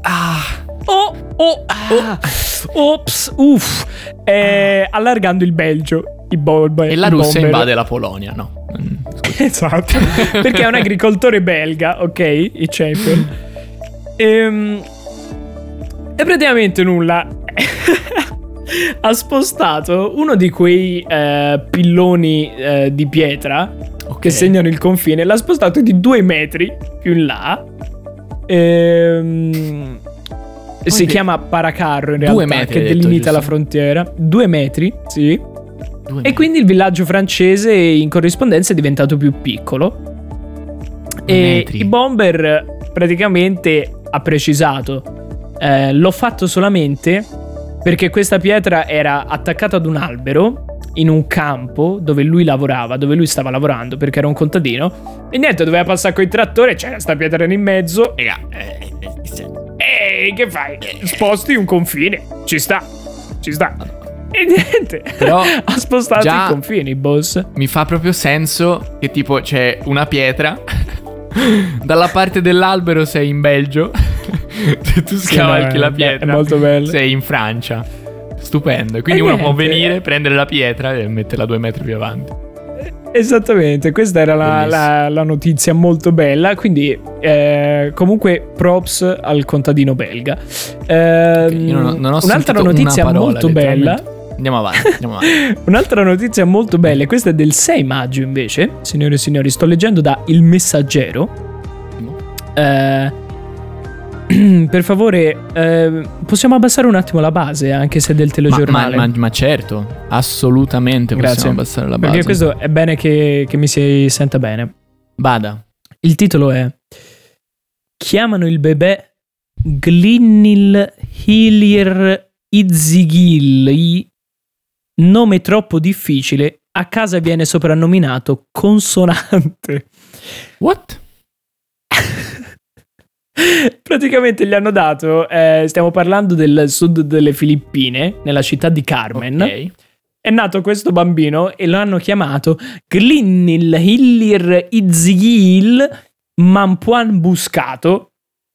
Ops. Allargando il Belgio. E la Russia invade la Polonia, no? Esatto. Perché è un agricoltore belga, ok? I champion. E praticamente nulla. Ha spostato uno di quei pilloni di pietra che segnano il confine. L'ha spostato di 2 metri più in là. Si chiama paracarro in realtà, 2 metri, che delimita la frontiera. 2 metri, sì. 2 metri. E quindi il villaggio francese in corrispondenza è diventato più piccolo. E i bomber praticamente ha precisato: l'ho fatto solamente perché questa pietra era attaccata ad un albero in un campo dove lui lavorava, dove lui stava lavorando perché era un contadino, e niente, doveva passare coi trattori, c'era sta pietra in mezzo. Che fai? Sposti un confine, ci sta. E niente, però ha spostato i confini, boss. Mi fa proprio senso che tipo c'è una pietra dalla parte dell'albero sei in Belgio, se tu scavalchi la pietra è molto bello. Sei in Francia. Stupendo. Quindi uno può venire, prendere la pietra e metterla 2 metri più avanti. Esattamente, questa era la notizia molto bella. Quindi comunque props al contadino belga. Io non ho un'altra notizia una parola, molto bella. Andiamo avanti. Un'altra notizia molto bella, questa è del 6 maggio invece. Signore e signori, sto leggendo da Il Messaggero. Per favore, possiamo abbassare un attimo la base, anche se è del telegiornale. Ma certo, assolutamente. Grazie. Possiamo abbassare la base. Perché questo è bene che mi si senta bene. Vada. Il titolo è: chiamano il bebè Glinnil Hilir Izzigil, nome troppo difficile, a casa viene soprannominato consonante. What? Praticamente gli hanno dato, stiamo parlando del sud delle Filippine, nella città di Carmen. Okay. È nato questo bambino e lo hanno chiamato Glinnil Hilir Izzigil Mampuan Buscato.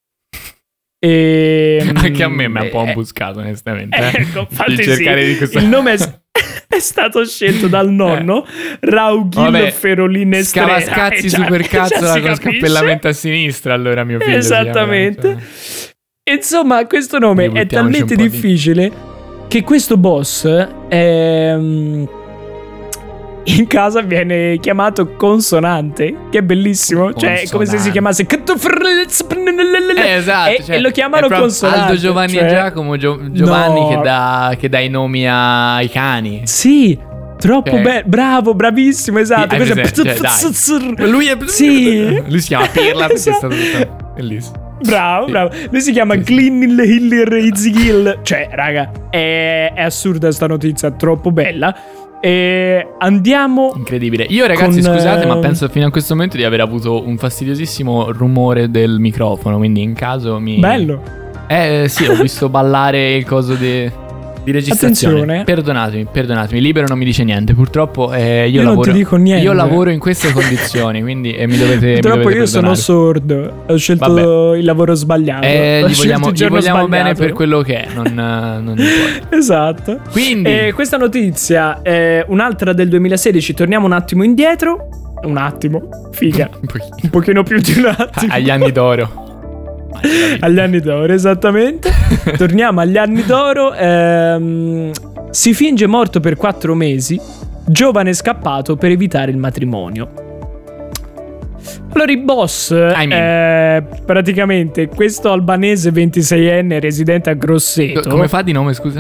Anche a me mi ha un po' imbuscato, onestamente. Ecco, infatti cercare di questo... Il nome è stato scelto dal nonno Raugil Ferolin Estrella. Scavascazzi supercazzola con scappellamento a sinistra, allora mio figlio. Esattamente. Insomma, questo nome è talmente difficile che questo boss in casa viene chiamato consonante, che è bellissimo. Cioè, è come se si chiamasse esatto, e lo chiamano consonante. Aldo, Giovanni e Giacomo, Giovanni che dà i nomi ai cani. Sì, troppo bello, bravo, bravissimo, esatto. Lui si chiama Pirla perché è stato bellissimo. Bravo. Lui si chiama Glyn Hiller Itzigil. Cioè, raga, è assurda sta notizia, troppo bella. E andiamo. Incredibile. Io, ragazzi, scusate, ma penso fino a questo momento di aver avuto un fastidiosissimo rumore del microfono. Quindi, in caso mi. Bello. Sì, ho visto ballare il coso di registrazione. Attenzione. Perdonatemi. Libero non mi dice niente. Purtroppo io non ti dico niente. Io lavoro in queste condizioni, quindi mi dovete. Purtroppo io sono sordo. Ho scelto il lavoro sbagliato. Gli vogliamo bene per quello che è. Non esatto. Quindi questa notizia è un'altra del 2016. Torniamo un attimo indietro. Un attimo. Figa. Un pochino più di un attimo. Agli anni d'oro. Agli anni d'oro, esattamente. Torniamo agli anni d'oro. Si finge morto per 4 mesi, giovane scappato per evitare il matrimonio. Allora i boss, praticamente questo albanese 26enne residente a Grosseto. Come fa di nome, scusa?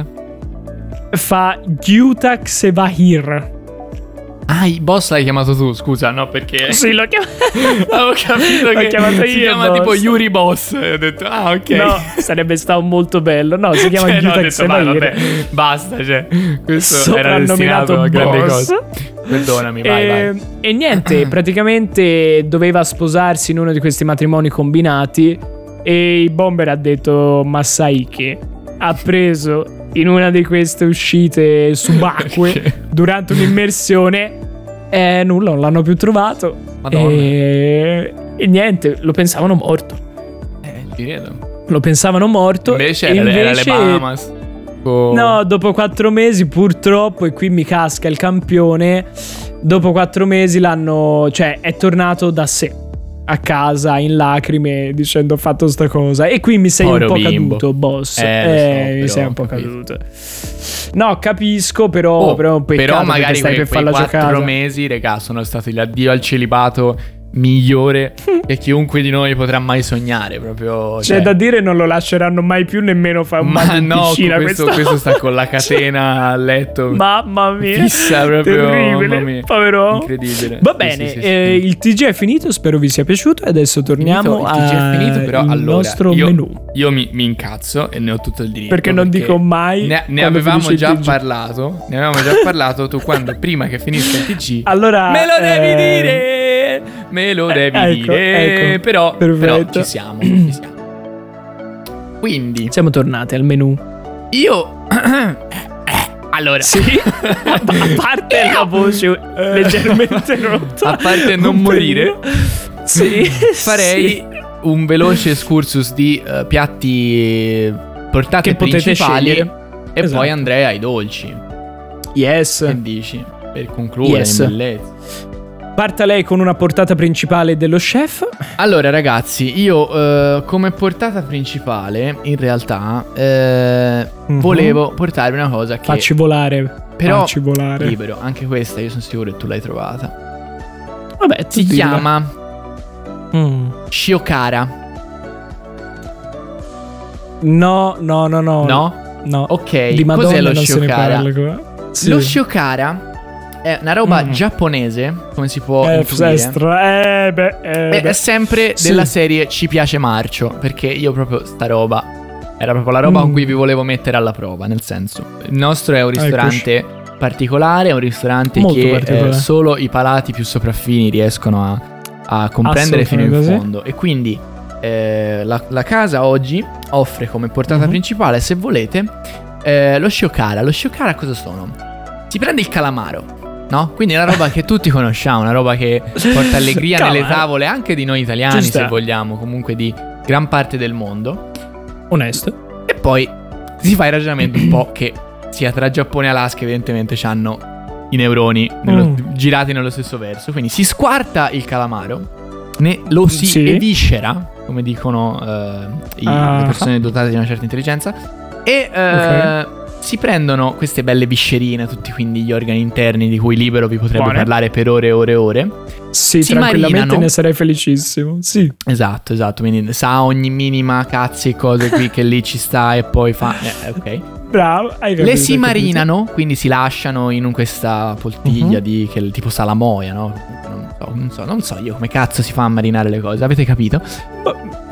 Fa Gjutak Sevahir. Il boss l'hai chiamato tu, scusa, no? Perché sì, l'ho chiamato. Avevo capito l'ho che chiamato io, si chiama boss. Tipo Yuri Boss. E ho detto, ok. No, sarebbe stato molto bello. No, si chiama Gjutak Sevahir. Vabbè, basta, cioè, questo era destinato a grandi cose. Perdonami, vai. E niente, praticamente doveva sposarsi in uno di questi matrimoni combinati. E il bomber ha detto, ma sai che ha preso in una di queste uscite subacquee durante un'immersione nulla, non l'hanno più trovato. Madonna. E niente, lo pensavano morto. Ci credo. Lo pensavano morto. Invece era le Bahamas. No, dopo 4 mesi purtroppo, e qui mi casca il campione, dopo 4 mesi cioè è tornato da sé a casa in lacrime dicendo ho fatto sta cosa. E qui mi sei un po' caduto, boss. Mi sei un po' caduto. No, capisco, però è un peccato. Però magari stai per farla giocare. 4 mesi, regà, sono stati l'addio al celibato migliore che chiunque di noi potrà mai sognare. Proprio, c'è da dire, non lo lasceranno mai più nemmeno fare un bagno in piscina. Questo sta con la catena a letto. Mamma mia, fissa proprio. Terribile, mamma mia. povero. Incredibile. Va bene, sì. Il TG è finito, spero vi sia piaciuto. E adesso torniamo al nostro menù. Io mi incazzo e ne ho tutto il diritto. Perché non dico mai. Ne avevamo già parlato. Tu quando prima che finisca il TG allora me lo devi dire. Me lo devi dire. Ecco, però ci siamo. Quindi siamo tornati al menù. Io allora sì. A parte la voce leggermente rotta, a parte non morire, sì, farei un veloce excursus di piatti portate che principali potete e poi andrei ai dolci. Yes. Che dici? Per concludere in bellezza. Parta lei con una portata principale dello chef. Allora ragazzi, io come portata principale in realtà volevo portarvi una cosa che facci volare. Libero, anche questa io sono sicuro che tu l'hai trovata. Vabbè, si chiama Shiokara. No. No? Ok, di Madonna cos'è lo non Shiokara? Sì. Lo Shiokara è una roba giapponese, come si può intuire. È sempre della serie Ci piace marcio, perché io proprio sta roba era proprio la roba con cui vi volevo mettere alla prova. Nel senso, il nostro è un ristorante particolare, è un ristorante molto che solo i palati più sopraffini riescono a comprendere fino in fondo. E quindi la casa oggi offre come portata principale, se volete, lo Shiokara. Lo Shiokara cosa sono? Si prende il calamaro, no? Quindi è una roba che tutti conosciamo, una roba che porta allegria nelle tavole anche di noi italiani, se vogliamo, comunque di gran parte del mondo. Onesto. E poi si fa il ragionamento un po' che sia tra Giappone e Alaska evidentemente c'hanno i neuroni girati nello stesso verso. Quindi si squarta il calamaro, lo si eviscera, come dicono le persone dotate di una certa intelligenza, e si prendono queste belle viscerine, tutti quindi gli organi interni di cui Libero vi potrebbe parlare per ore e ore e ore. Sì, si tranquillamente marinano. Ne sarei felicissimo. Sì. Esatto, quindi sa ogni minima cazzi e cose qui che lì ci sta e poi fa ok. Bravo, hai capito. Le si marinano, quindi si lasciano in questa poltiglia di che tipo salamoia, no? Non so io come cazzo si fa a marinare le cose, avete capito?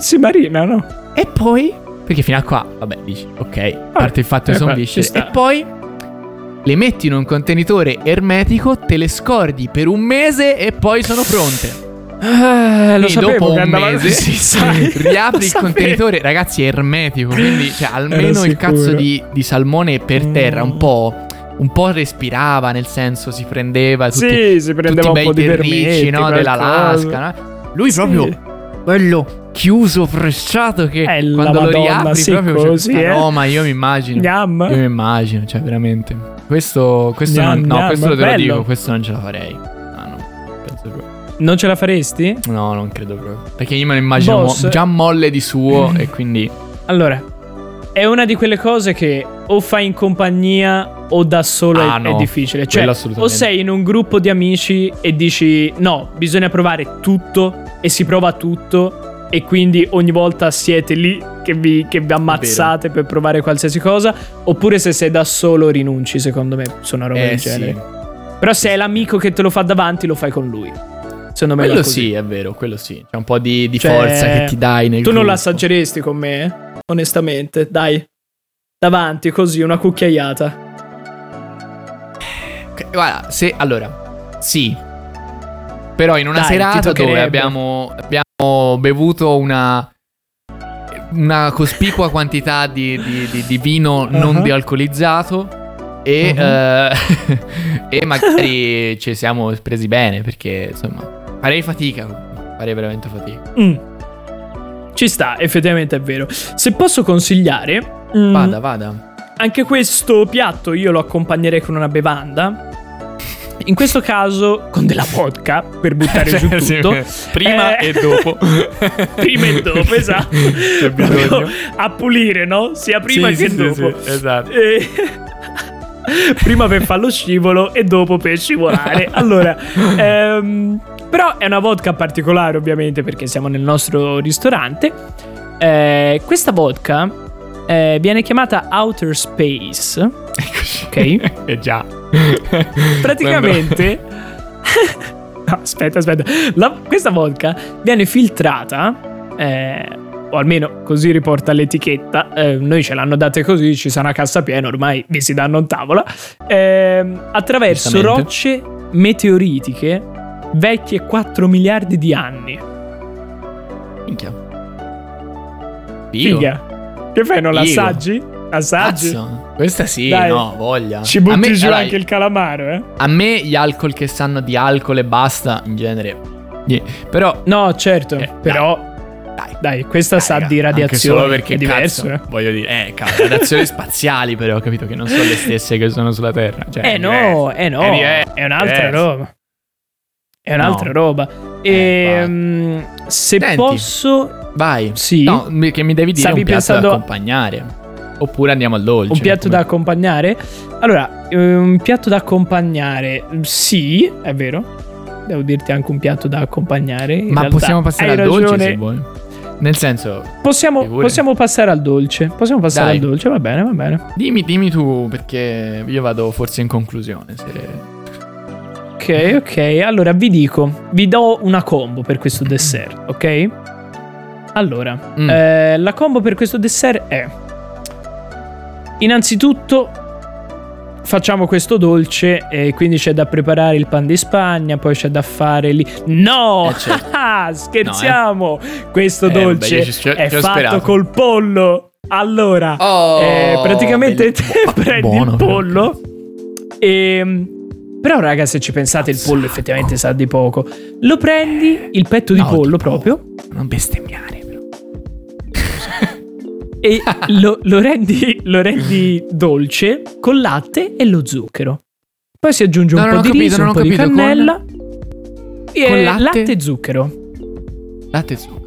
si marina, no? E poi, perché fino a qua, vabbè, dici, ok, a parte il fatto che sono viscere. E poi le metti in un contenitore ermetico, te le scordi per un mese e poi sono pronte. Lo sapevo dopo che un mese riapri il contenitore, ragazzi, è ermetico, quindi cioè, almeno il cazzo di salmone per terra un po' respirava, nel senso si prendeva tutti, si prendeva tutti un po' di terricci, no, dell'Alaska, no? Lui proprio bello chiuso, fresciato, che quando lo riapri proprio così, aroma, io mi immagino, cioè veramente questo questo lo devo dire, questo non ce la farei. No, penso proprio. Non ce la faresti? No, non credo proprio, perché io me lo immagino già molle di suo e quindi allora è una di quelle cose che o fai in compagnia o da solo è difficile. Cioè, o sei in un gruppo di amici e dici no, bisogna provare tutto e si prova tutto e quindi ogni volta siete lì che vi ammazzate per provare qualsiasi cosa. Oppure se sei da solo rinunci, secondo me, su una roba del genere. Però se è l'amico che te lo fa davanti, lo fai con lui. Secondo me quello sì, è vero, quello sì. C'è un po' di forza che ti dai nel gruppo. Non l'assaggeresti con me? Onestamente, dai, davanti così, una cucchiaiata. Guarda, sì, però in una serata dove abbiamo bevuto una cospicua quantità di vino non dealcolizzato e magari ci siamo presi bene, perché insomma farei veramente fatica. Ci sta, effettivamente è vero. Se posso consigliare, vada. Anche questo piatto io lo accompagnerei con una bevanda. In questo caso con della vodka, per buttare giù tutto. Prima e dopo. Prima e dopo, esatto. C'è bisogno. A pulire, no? Sia prima che dopo. Sì, esatto. Prima per fare lo scivolo e dopo per scivolare. Allora, però è una vodka particolare, ovviamente, perché siamo nel nostro ristorante. Questa vodka viene chiamata Outer Space. Ok? Già. Praticamente no, aspetta. Questa vodka viene filtrata, o almeno così riporta l'etichetta. Noi ce l'hanno date così, ci sarà una cassa piena, ormai vi si danno in tavola, attraverso rocce meteoritiche vecchie 4 miliardi di anni. Minchia. Che fai, non l'assaggi? Assaggi? Cazzo, questa sì, dai, no, voglia. Ci butti giù anche il calamaro, A me gli alcol che sanno di alcol e basta, in genere. Però no, certo, però dai, questa sa di radiazione, solo perché è diverso, cazzo, voglio dire, radiazioni spaziali, però ho capito che non sono le stesse che sono sulla Terra. Cioè, è un'altra roba. È un'altra roba. Se Senti, posso, vai. Sì. No, che mi devi dire un piatto da accompagnare. Oppure andiamo al dolce. Un piatto da accompagnare? Allora, un piatto da accompagnare, sì, è vero. Devo dirti anche un piatto da accompagnare. Ma possiamo passare al dolce se vuoi. Nel senso, possiamo passare al dolce. Al dolce, va bene. Dimmi tu, perché io vado forse in conclusione. Ok. Allora vi do una combo per questo dessert, ok? Allora, la combo per questo dessert è: innanzitutto facciamo questo dolce e quindi c'è da preparare il pan di Spagna, poi c'è da fare lì. No! Certo. Scherziamo! No, questo dolce è fatto col pollo. Allora, praticamente prendi il pollo e... Però raga, se ci pensate, il pollo effettivamente sa di poco. Lo prendi, il petto di pollo proprio. Non bestemmiare però. E lo rendi dolce con latte e lo zucchero. Poi si aggiunge un po' di riso, un po' di cannella. Con latte e zucchero. Latte e zucchero.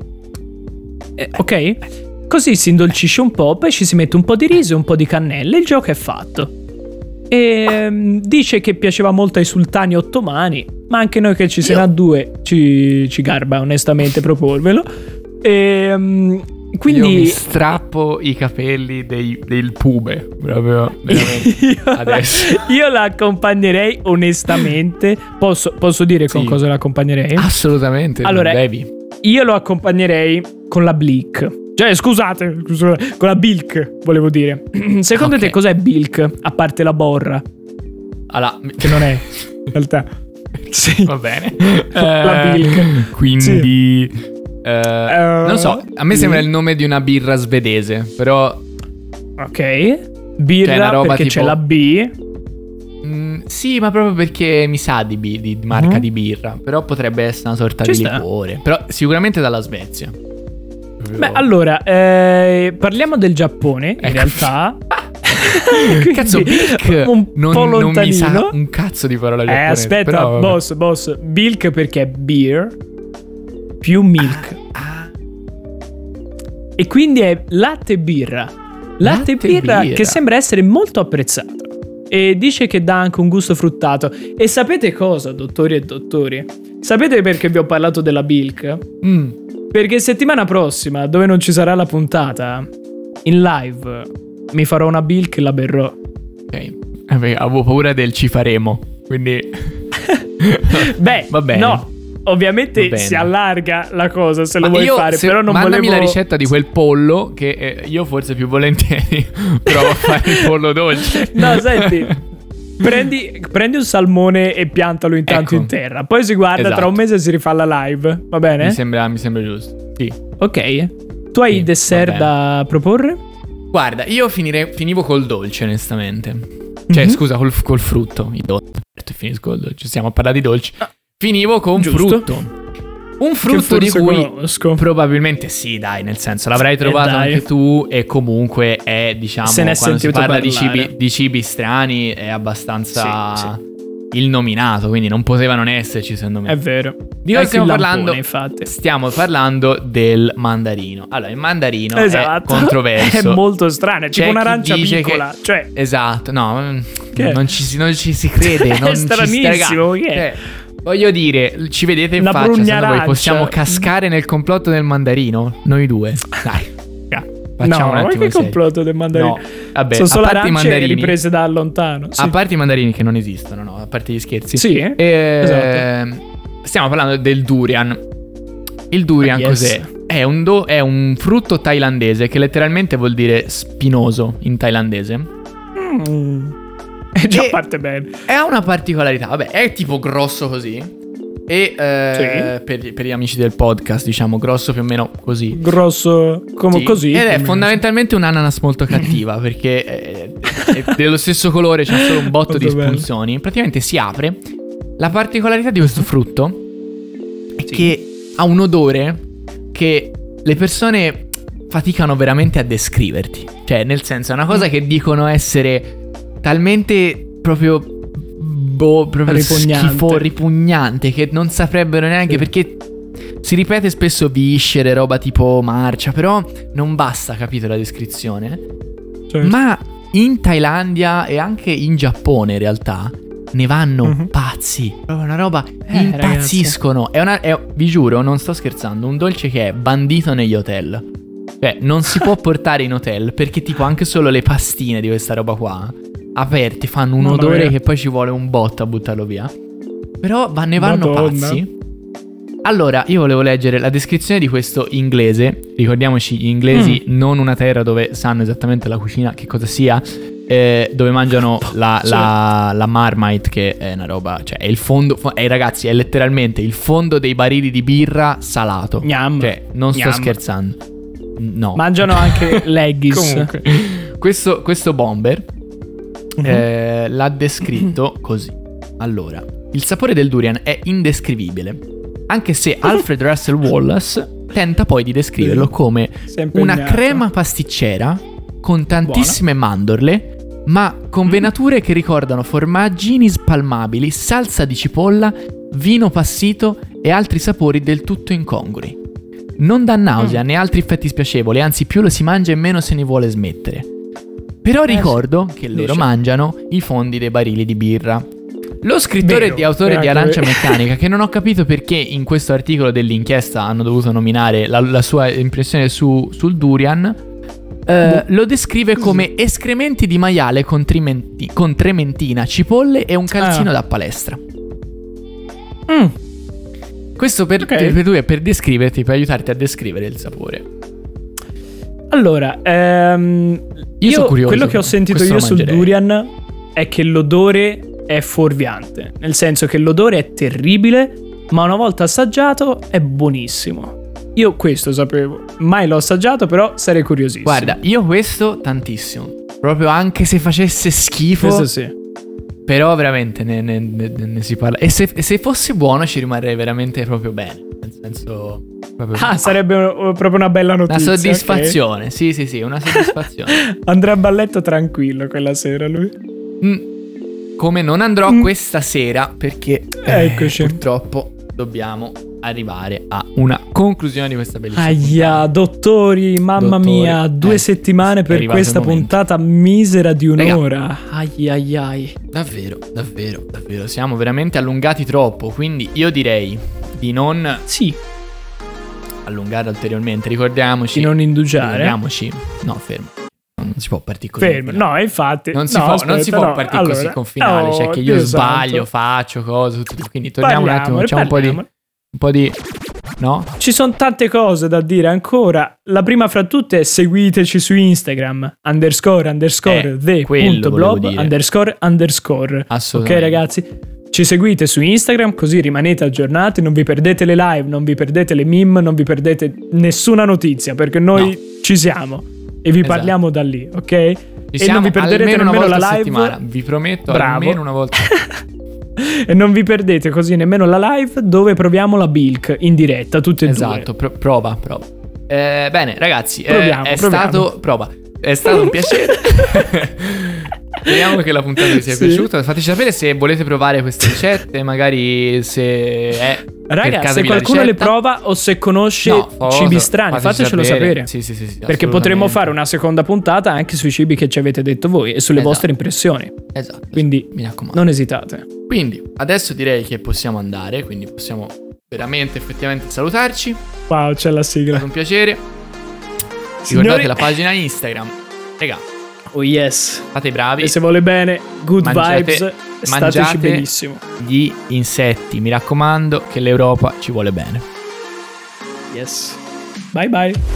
Ok? Così si indolcisce un po', poi ci si mette un po' di riso e un po' di cannella e il gioco è fatto. E dice che piaceva molto ai sultani ottomani, ma anche noi che ci siamo a due ci garba onestamente proporvelo. Quindi io mi strappo i capelli del pube, proprio veramente. Adesso io la accompagnerei onestamente. Posso dire con cosa la accompagnerei? Assolutamente. Allora, io lo accompagnerei con la Blick. Cioè, scusate, con la Bilk, volevo dire. Secondo te cos'è Bilk, a parte la borra? Allora, che non è, in realtà. Sì. Va bene. La Bilk. Quindi... non so, a me sembra il nome di una birra svedese, però... Ok. Birra roba perché tipo... c'è la B. Sì, ma proprio perché mi sa di marca di birra. Però potrebbe essere una sorta di liquore. Però sicuramente dalla Svezia. Beh, allora, parliamo del Giappone, in realtà. Cazzo, Bilk non mi sa un cazzo di parola giapponese. Aspetta, però... boss. Bilk perché è beer più milk. E quindi è latte birra. Latte birra che sembra essere molto apprezzato. E dice che dà anche un gusto fruttato. E sapete cosa, dottori e dottori? Sapete perché vi ho parlato della Bilk? Perché settimana prossima, dove non ci sarà la puntata, in live mi farò una Bilk e la berrò. Ok. Avevo paura del ci faremo, quindi... Beh, va bene. No, ovviamente si allarga la cosa se lo vuoi fare, però non mandami la ricetta di quel pollo che io forse più volentieri provo a fare il pollo dolce. No, senti, prendi un salmone e piantalo intanto in terra, poi si guarda, tra un mese si rifà la live, va bene? Mi sembra giusto, sì. Ok, tu hai dessert da proporre? Guarda, io finivo col dolce onestamente. Cioè scusa, col frutto, i dolci. Finisco col dolce, stiamo a parlare di dolci. Finivo con frutto. Un frutto di cui conosco. Probabilmente sì, dai, nel senso l'avrai trovato anche tu. E comunque è, diciamo, quando si parla di cibi strani è abbastanza il nominato, quindi non poteva non esserci, secondo me. È vero. Di cosa stiamo parlando? Infatti. Stiamo parlando del mandarino. Allora, il mandarino è controverso. È molto strano, è tipo un'arancia piccola. Cioè... Esatto, no, non ci si crede. È stranissimo, voglio dire, ci vedete in faccia, secondo voi possiamo cascare nel complotto del mandarino? Noi due. Dai. Facciamo un attimo che complotto del mandarino? No, vabbè, sono solo arance riprese da lontano. A parte i mandarini che non esistono, no, a parte gli scherzi. Sì, esatto. Stiamo parlando del durian. Il durian cos'è? È un frutto thailandese che letteralmente vuol dire spinoso in thailandese. Già parte bene. E ha una particolarità, vabbè, è tipo grosso così. E per gli amici del podcast, diciamo, grosso più o meno così. Grosso come così. Ed è fondamentalmente un'ananas molto cattiva perché è dello stesso colore, c'ha solo un botto di spunzoni. Praticamente si apre. La particolarità di questo frutto è che ha un odore che le persone faticano veramente a descriverti. Cioè, nel senso, è una cosa che dicono essere talmente proprio ripugnante che non saprebbero neanche, perché si ripete spesso viscere, roba tipo marcia, però non basta, capito, la descrizione. Certo. Ma in Thailandia e anche in Giappone in realtà ne vanno pazzi, proprio una roba, impazziscono. Vi giuro, non sto scherzando, un dolce che è bandito negli hotel. Cioè, non si può portare in hotel perché tipo anche solo le pastine di questa roba qua aperte fanno un odore che poi ci vuole un botto a buttarlo via. Però ne vanno pazzi. Allora, io volevo leggere la descrizione di questo inglese. Ricordiamoci, gli inglesi non una terra dove sanno esattamente la cucina che cosa sia, dove mangiano la Marmite, che è una roba, cioè è il fondo, ragazzi, è letteralmente il fondo dei barili di birra salato. Cioè, non sto scherzando. No. Mangiano anche l'Eggis. Comunque, questo bomber l'ha descritto così. Allora, il sapore del durian è indescrivibile, anche se Alfred Russel Wallace tenta poi di descriverlo come una crema pasticcera con tantissime mandorle, ma con venature che ricordano formaggini spalmabili, salsa di cipolla, vino passito e altri sapori del tutto incongrui. Non dà nausea né altri effetti spiacevoli, anzi più lo si mangia e meno se ne vuole smettere. Però ricordo che loro mangiano i fondi dei barili di birra. Lo scrittore e autore di Arancia Meccanica, che non ho capito perché in questo articolo dell'inchiesta hanno dovuto nominare la sua impressione sul durian, lo descrive come escrementi di maiale con trementina, cipolle e un calzino da palestra. Questo per descriverti, per aiutarti a descrivere il sapore. Allora, io sono curioso. Quello che ho sentito io sul durian è che l'odore è fuorviante, nel senso che l'odore è terribile, ma una volta assaggiato è buonissimo. Io questo sapevo, mai l'ho assaggiato, però sarei curiosissimo. Guarda, io questo tantissimo, proprio anche se facesse schifo. Questo sì. Però veramente ne si parla. E se fosse buono ci rimarrei veramente proprio bene. Nel senso sarebbe proprio una bella notizia. Una soddisfazione, okay. Sì, una soddisfazione. Andrà a letto tranquillo quella sera lui. Come non andrò questa sera, perché purtroppo dobbiamo arrivare a una conclusione di questa bellissima puntata. Dottori, mamma mia, 2 settimane per questa puntata misera di un'ora. Ai. Davvero, siamo veramente allungati troppo, quindi io direi di non allungare ulteriormente, ricordiamoci. Di non indugiare. Ricordiamoci. No, fermo. Non si può partire così. Fermo. No, infatti. Non si può partire così con finale. Cioè che io sbaglio, faccio cose. Quindi torniamo un attimo. Facciamo un po' di. No? Ci sono tante cose da dire ancora. La prima fra tutte è seguiteci su Instagram _the.blob __. Assolutamente. Ok ragazzi? Ci seguite su Instagram così rimanete aggiornati, non vi perdete le live, non vi perdete le meme, non vi perdete nessuna notizia, perché noi ci siamo e vi parliamo da lì, ok? E non vi perderete nemmeno la live. Settimana. Vi prometto almeno una volta. E non vi perdete così nemmeno la live dove proviamo la Bilk in diretta, tutte e due. Esatto, prova. Bene ragazzi, è stato un piacere. Speriamo che la puntata vi sia piaciuta. Fateci sapere se volete provare queste ricette, magari se è raga, se qualcuno le prova o se conosce cibi strani, fatecelo sapere. Sì, perché potremmo fare una seconda puntata anche sui cibi che ci avete detto voi e sulle vostre impressioni. Esatto. Quindi mi raccomando, non esitate. Quindi adesso direi che possiamo andare, quindi possiamo veramente effettivamente salutarci. Wow, c'è la sigla. È stato un piacere. Ricordate la pagina Instagram, raga. Oh yes. Fate i bravi. E se vuole bene, good vibes. Stateci benissimo. Gli insetti, mi raccomando, che l'Europa ci vuole bene. Yes. Bye bye.